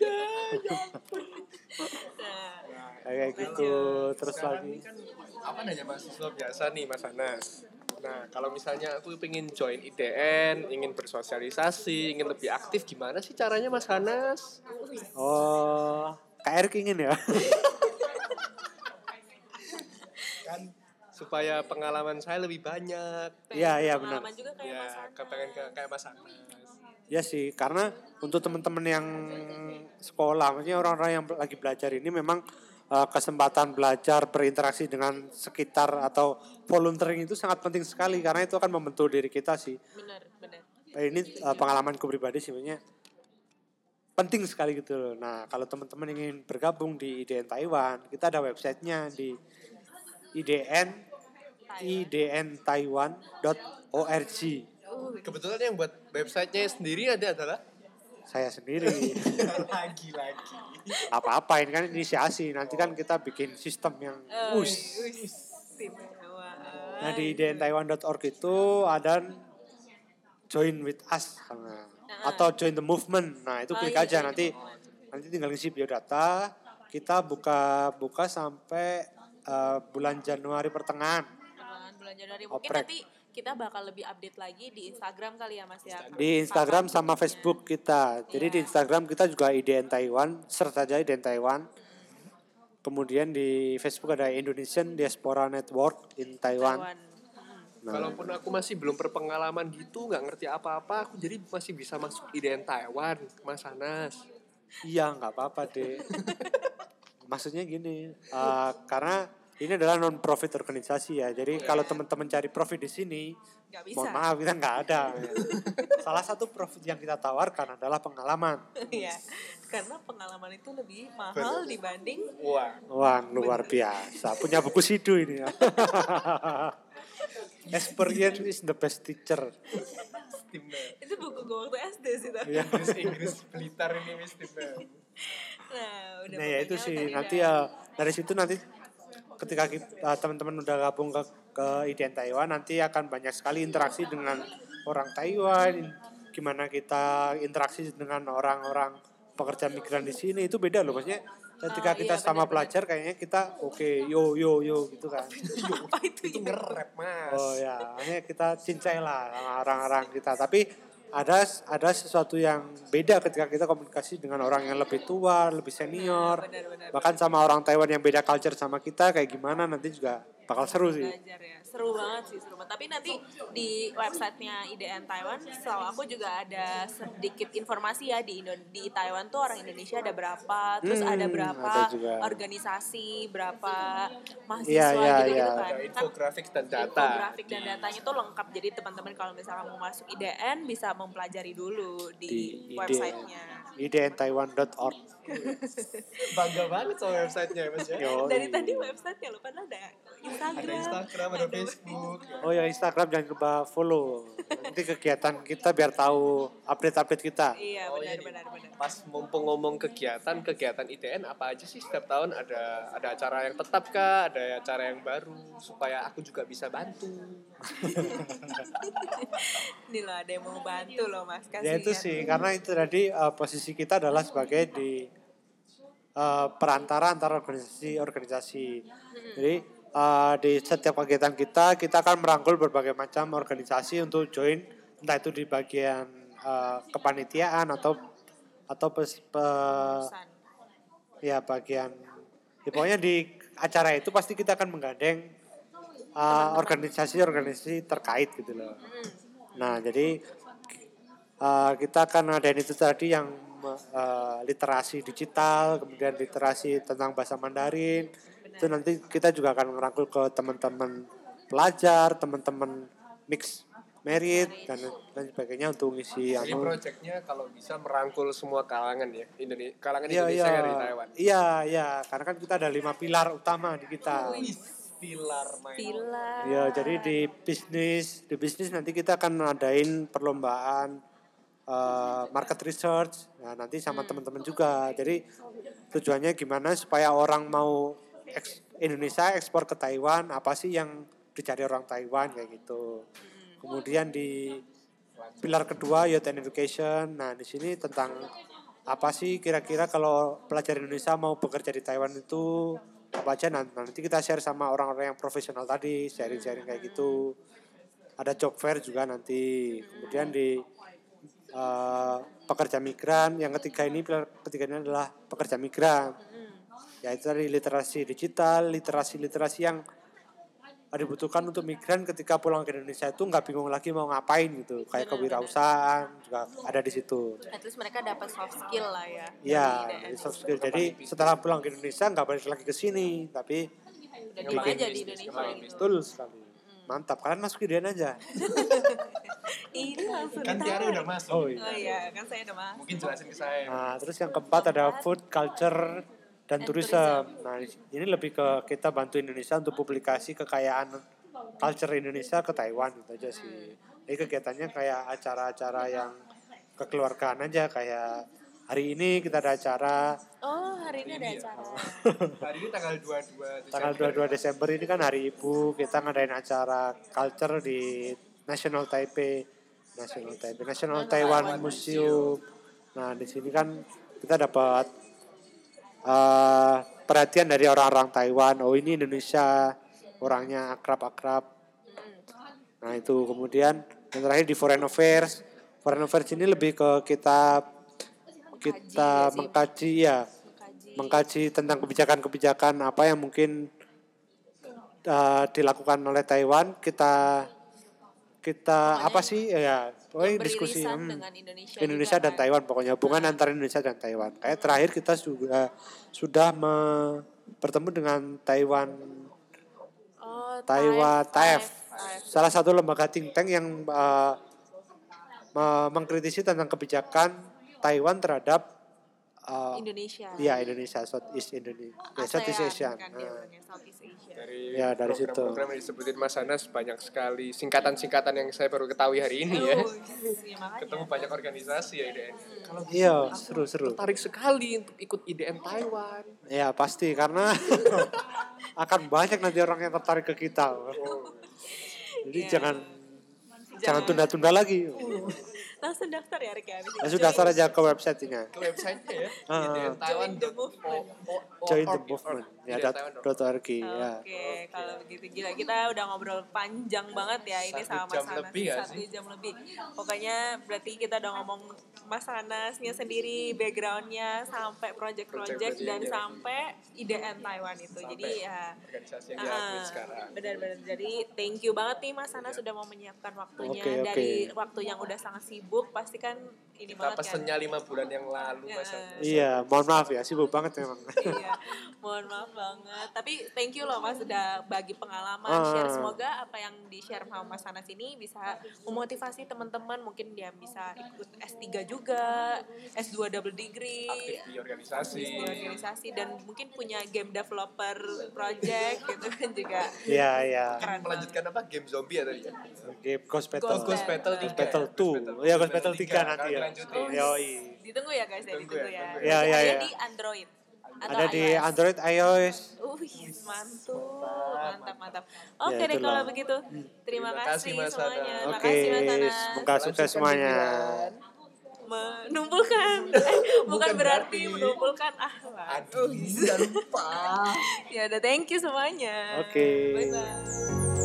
Kayak gitu. Terus lagi. Kan apa namanya mahasiswa biasa nih Mas Anas. Nah, kalau misalnya aku pengen join IDN, ingin bersosialisasi, ingin lebih aktif, gimana sih caranya Mas Anas? Oh, KR ingin ya? Kan supaya pengalaman saya lebih banyak. Iya benar. Pengalaman juga kayak Mas Anas. Kepengen kayak Mas Anas. Ya sih, karena untuk teman-teman yang sekolah, maksudnya orang-orang yang lagi belajar ini memang kesempatan belajar berinteraksi dengan sekitar atau volunteering itu sangat penting sekali karena itu akan membentuk diri kita sih. Benar. Ini pengalamanku pribadi sebenarnya penting sekali gitu loh. Nah, kalau teman-teman ingin bergabung di IDN Taiwan, kita ada websitenya di idntaiwan.org. Kebetulan yang buat websitenya sendiri adalah saya sendiri. lagi. Apa-apa ini kan inisiasi. Nanti kan kita bikin sistem yang Nah, di idntaiwan.org itu ada join with us atau join the movement. Nah, itu klik aja nanti tinggal isi biodata. Kita buka sampai bulan Januari pertengahan. Bulan Januari mungkin nanti kita bakal lebih update lagi di Instagram kali ya Mas ya. Di Instagram sama Facebook kita. Jadi di Instagram kita juga IDN Taiwan, search aja IDN Taiwan. Kemudian di Facebook ada Indonesian Diaspora Network in Taiwan. Nah. Kalaupun aku masih belum berpengalaman gitu, nggak ngerti apa-apa, aku jadi masih bisa masuk IDN Taiwan, Mas Anas. Iya, nggak apa-apa deh. Maksudnya gini, karena ini adalah non-profit organisasi ya. Jadi kalau teman-teman cari profit di sini, mohon maaf kita nggak ada. Salah satu profit yang kita tawarkan adalah pengalaman. Iya, karena pengalaman itu lebih mahal dibanding uang luar biasa. Punya buku Sidu ini ya. Experience is the best teacher. Itu buku gue waktu SD sih tapi. Inggris Blitar ini istimewa. Nah ya itu sih nanti ya dari situ nanti ketika teman-teman udah gabung ke IDN Taiwan nanti akan banyak sekali interaksi dengan orang Taiwan, gimana kita interaksi dengan orang-orang pekerja migran di sini, itu beda loh. Maksudnya ketika kita sama pelajar kayaknya kita oke, yo gitu kan. Apa itu nge-rap Mas. Oh ya, hanya kita cincai lah sama orang-orang kita. Tapi ada sesuatu yang beda ketika kita komunikasi dengan orang yang lebih tua, lebih senior. Benar. Bahkan sama orang Taiwan yang beda culture sama kita kayak gimana nanti juga bakal seru sih. Belajar ya. Seru banget sih, seru banget. Tapi nanti di websitenya IDN Taiwan, setahu aku juga ada sedikit informasi ya di Taiwan tuh orang Indonesia ada berapa, terus ada berapa organisasi, berapa mahasiswa gitu-gitu kan. Ada infografik dan data. Infografik dan datanya tuh lengkap. Jadi teman-teman kalau misalnya mau masuk IDN bisa mempelajari dulu di websitenya. idntaiwan.org. Bangga banget sama websitenya Mas ya. Dari tadi websitenya lupa ada Instagram, ada Facebook. Oh ya, Instagram jangan lupa follow. Nanti kegiatan kita biar tahu update kita. Iya, benar. Pas mumpung ngomong kegiatan IDN apa aja sih setiap tahun ada acara yang tetap kah, ada acara yang baru supaya aku juga bisa bantu. Ini loh ada yang mau bantu loh Mas, kasihan. Ya itu sih, karena itu tadi posisi kita adalah sebagai di perantara antara organisasi. Jadi di setiap kegiatan kita akan merangkul berbagai macam organisasi untuk join, entah itu di bagian kepanitiaan atau ya bagian, ya pokoknya di acara itu pasti kita akan menggandeng organisasi terkait gitu loh. Nah jadi kita akan ngadain itu tadi yang literasi digital, kemudian literasi tentang bahasa Mandarin. Itu nanti kita juga akan merangkul ke teman-teman pelajar, teman-teman mix merit dan sebagainya untuk ngisi. Jadi proyeknya kalau bisa merangkul semua kalangan ya, kalangan Indonesia dari Taiwan. Iya, karena kan kita ada 5 pilar utama di kita. Pilar. Ya, jadi di bisnis nanti kita akan ngadain perlombaan market research. Nah, nanti sama teman-teman juga. Jadi tujuannya gimana supaya orang mau Indonesia ekspor ke Taiwan, apa sih yang dicari orang Taiwan kayak gitu. Kemudian di pilar kedua Youth and Education. Nah, di sini tentang apa sih kira-kira kalau pelajar Indonesia mau bekerja di Taiwan itu apa aja, nanti kita share sama orang-orang yang profesional tadi, sharing-sharing kayak gitu. Ada job fair juga nanti. Kemudian di pekerja migran, yang pilar ketiganya adalah pekerja migran. Yaitu dari literasi digital, literasi yang dibutuhkan untuk migran ketika pulang ke Indonesia itu nggak bingung lagi mau ngapain gitu, kayak kewirausahaan juga ada di situ. At least mereka dapat soft skill lah ya. Iya, soft skill. Jadi setelah pulang ke Indonesia nggak balik lagi ke sini, tapi udah aja di Indonesia. Betul sekali. Mantap, kalian masuk IDN aja. Ini langsung kan Tiara udah masuk. Oh iya, kan saya udah masuk. Mungkin jelasin ke saya. Nah, terus yang keempat ada food, culture, dan tourism. Nah, ini lebih ke kita bantu Indonesia untuk publikasi kekayaan culture Indonesia ke Taiwan gitu aja sih. Jadi kegiatannya kayak acara-acara yang kekeluargaan aja, kayak hari ini kita ada acara. Oh, hari ini ada acara. Hari ini tanggal 22 Desember. Tanggal 22 Desember ini kan hari Ibu, kita ngadain acara culture di National Taiwan Museum. Nah, di sini kan kita dapat perhatian dari orang-orang Taiwan. Oh, ini Indonesia, orangnya akrab-akrab. Nah, itu kemudian yang terakhir di Foreign Affairs. Foreign Affairs ini lebih ke kita mengkaji tentang kebijakan-kebijakan apa yang mungkin dilakukan oleh Taiwan. Kita apa sih ya, pokoknya diskusi dengan Indonesia dan Taiwan, pokoknya hubungan antara Indonesia dan Taiwan. Kayak terakhir kita sudah bertemu dengan TAIF, salah satu lembaga think tank yang mengkritisi tentang kebijakan Taiwan terhadap Indonesia. Iya, Indonesia, Southeast Asia. Dari situ. Program yang disebutin Mas Anas banyak sekali singkatan-singkatan yang saya baru ketahui hari ini ya. Ketemu banyak organisasi ya IDN. Kalau iya, seru. Tertarik sekali untuk ikut IDN Taiwan. Ya pasti, karena akan banyak nanti orang yang tertarik ke kita. Jadi jangan Jangan tunda-tunda lagi. Langsung daftar ya Rik ya. Langsung daftar aja ke website-nya. Ke website-nya ya. Join the movement. Join the movement. Ya, .org ya. Oke, kalau begitu gila kita udah ngobrol panjang banget ya ini sama Mas Anas. 1 jam lebih. Pokoknya berarti kita udah ngomong Mas Anasnya sendiri, backgroundnya sampai project dan sampai IDN Taiwan itu. Sampai jadi ya organisasi yang diakui sekarang. Benar-benar. Jadi thank you banget nih Mas Anas sudah mau menyiapkan waktunya dari waktu yang udah sangat sibuk. Pasti kan ini kita banget pesennya 5 bulan yang lalu Mas Anas. Iya, mohon maaf ya, sibuk banget memang. Iya, mohon maaf banget. Tapi thank you loh Mas sudah bagi pengalaman, share. Semoga apa yang di-share sama Mas Anas ini bisa memotivasi teman-teman. Mungkin dia bisa ikut S3 juga, S2 double degree. Aktif di organisasi. Dan mungkin punya game developer project gitu kan juga. Iya. Keren melanjutkan apa? Game zombie ya tadi ya? Game Ghost Battle 2. Ya, Ghost Battle 3 nanti ya. Yoi. Ditunggu ya guys ya, ditunggu ya. Iya. Ada di Android. Ada di Android, iOS. Mantap. Oke deh kalau begitu. Terima kasih semuanya. Oke, semoga sukses semuanya. Menumpulkan. Bukan berarti menumpulkan Aduh, jangan lupa. Ya udah, thank you semuanya. Oke. Bye-bye.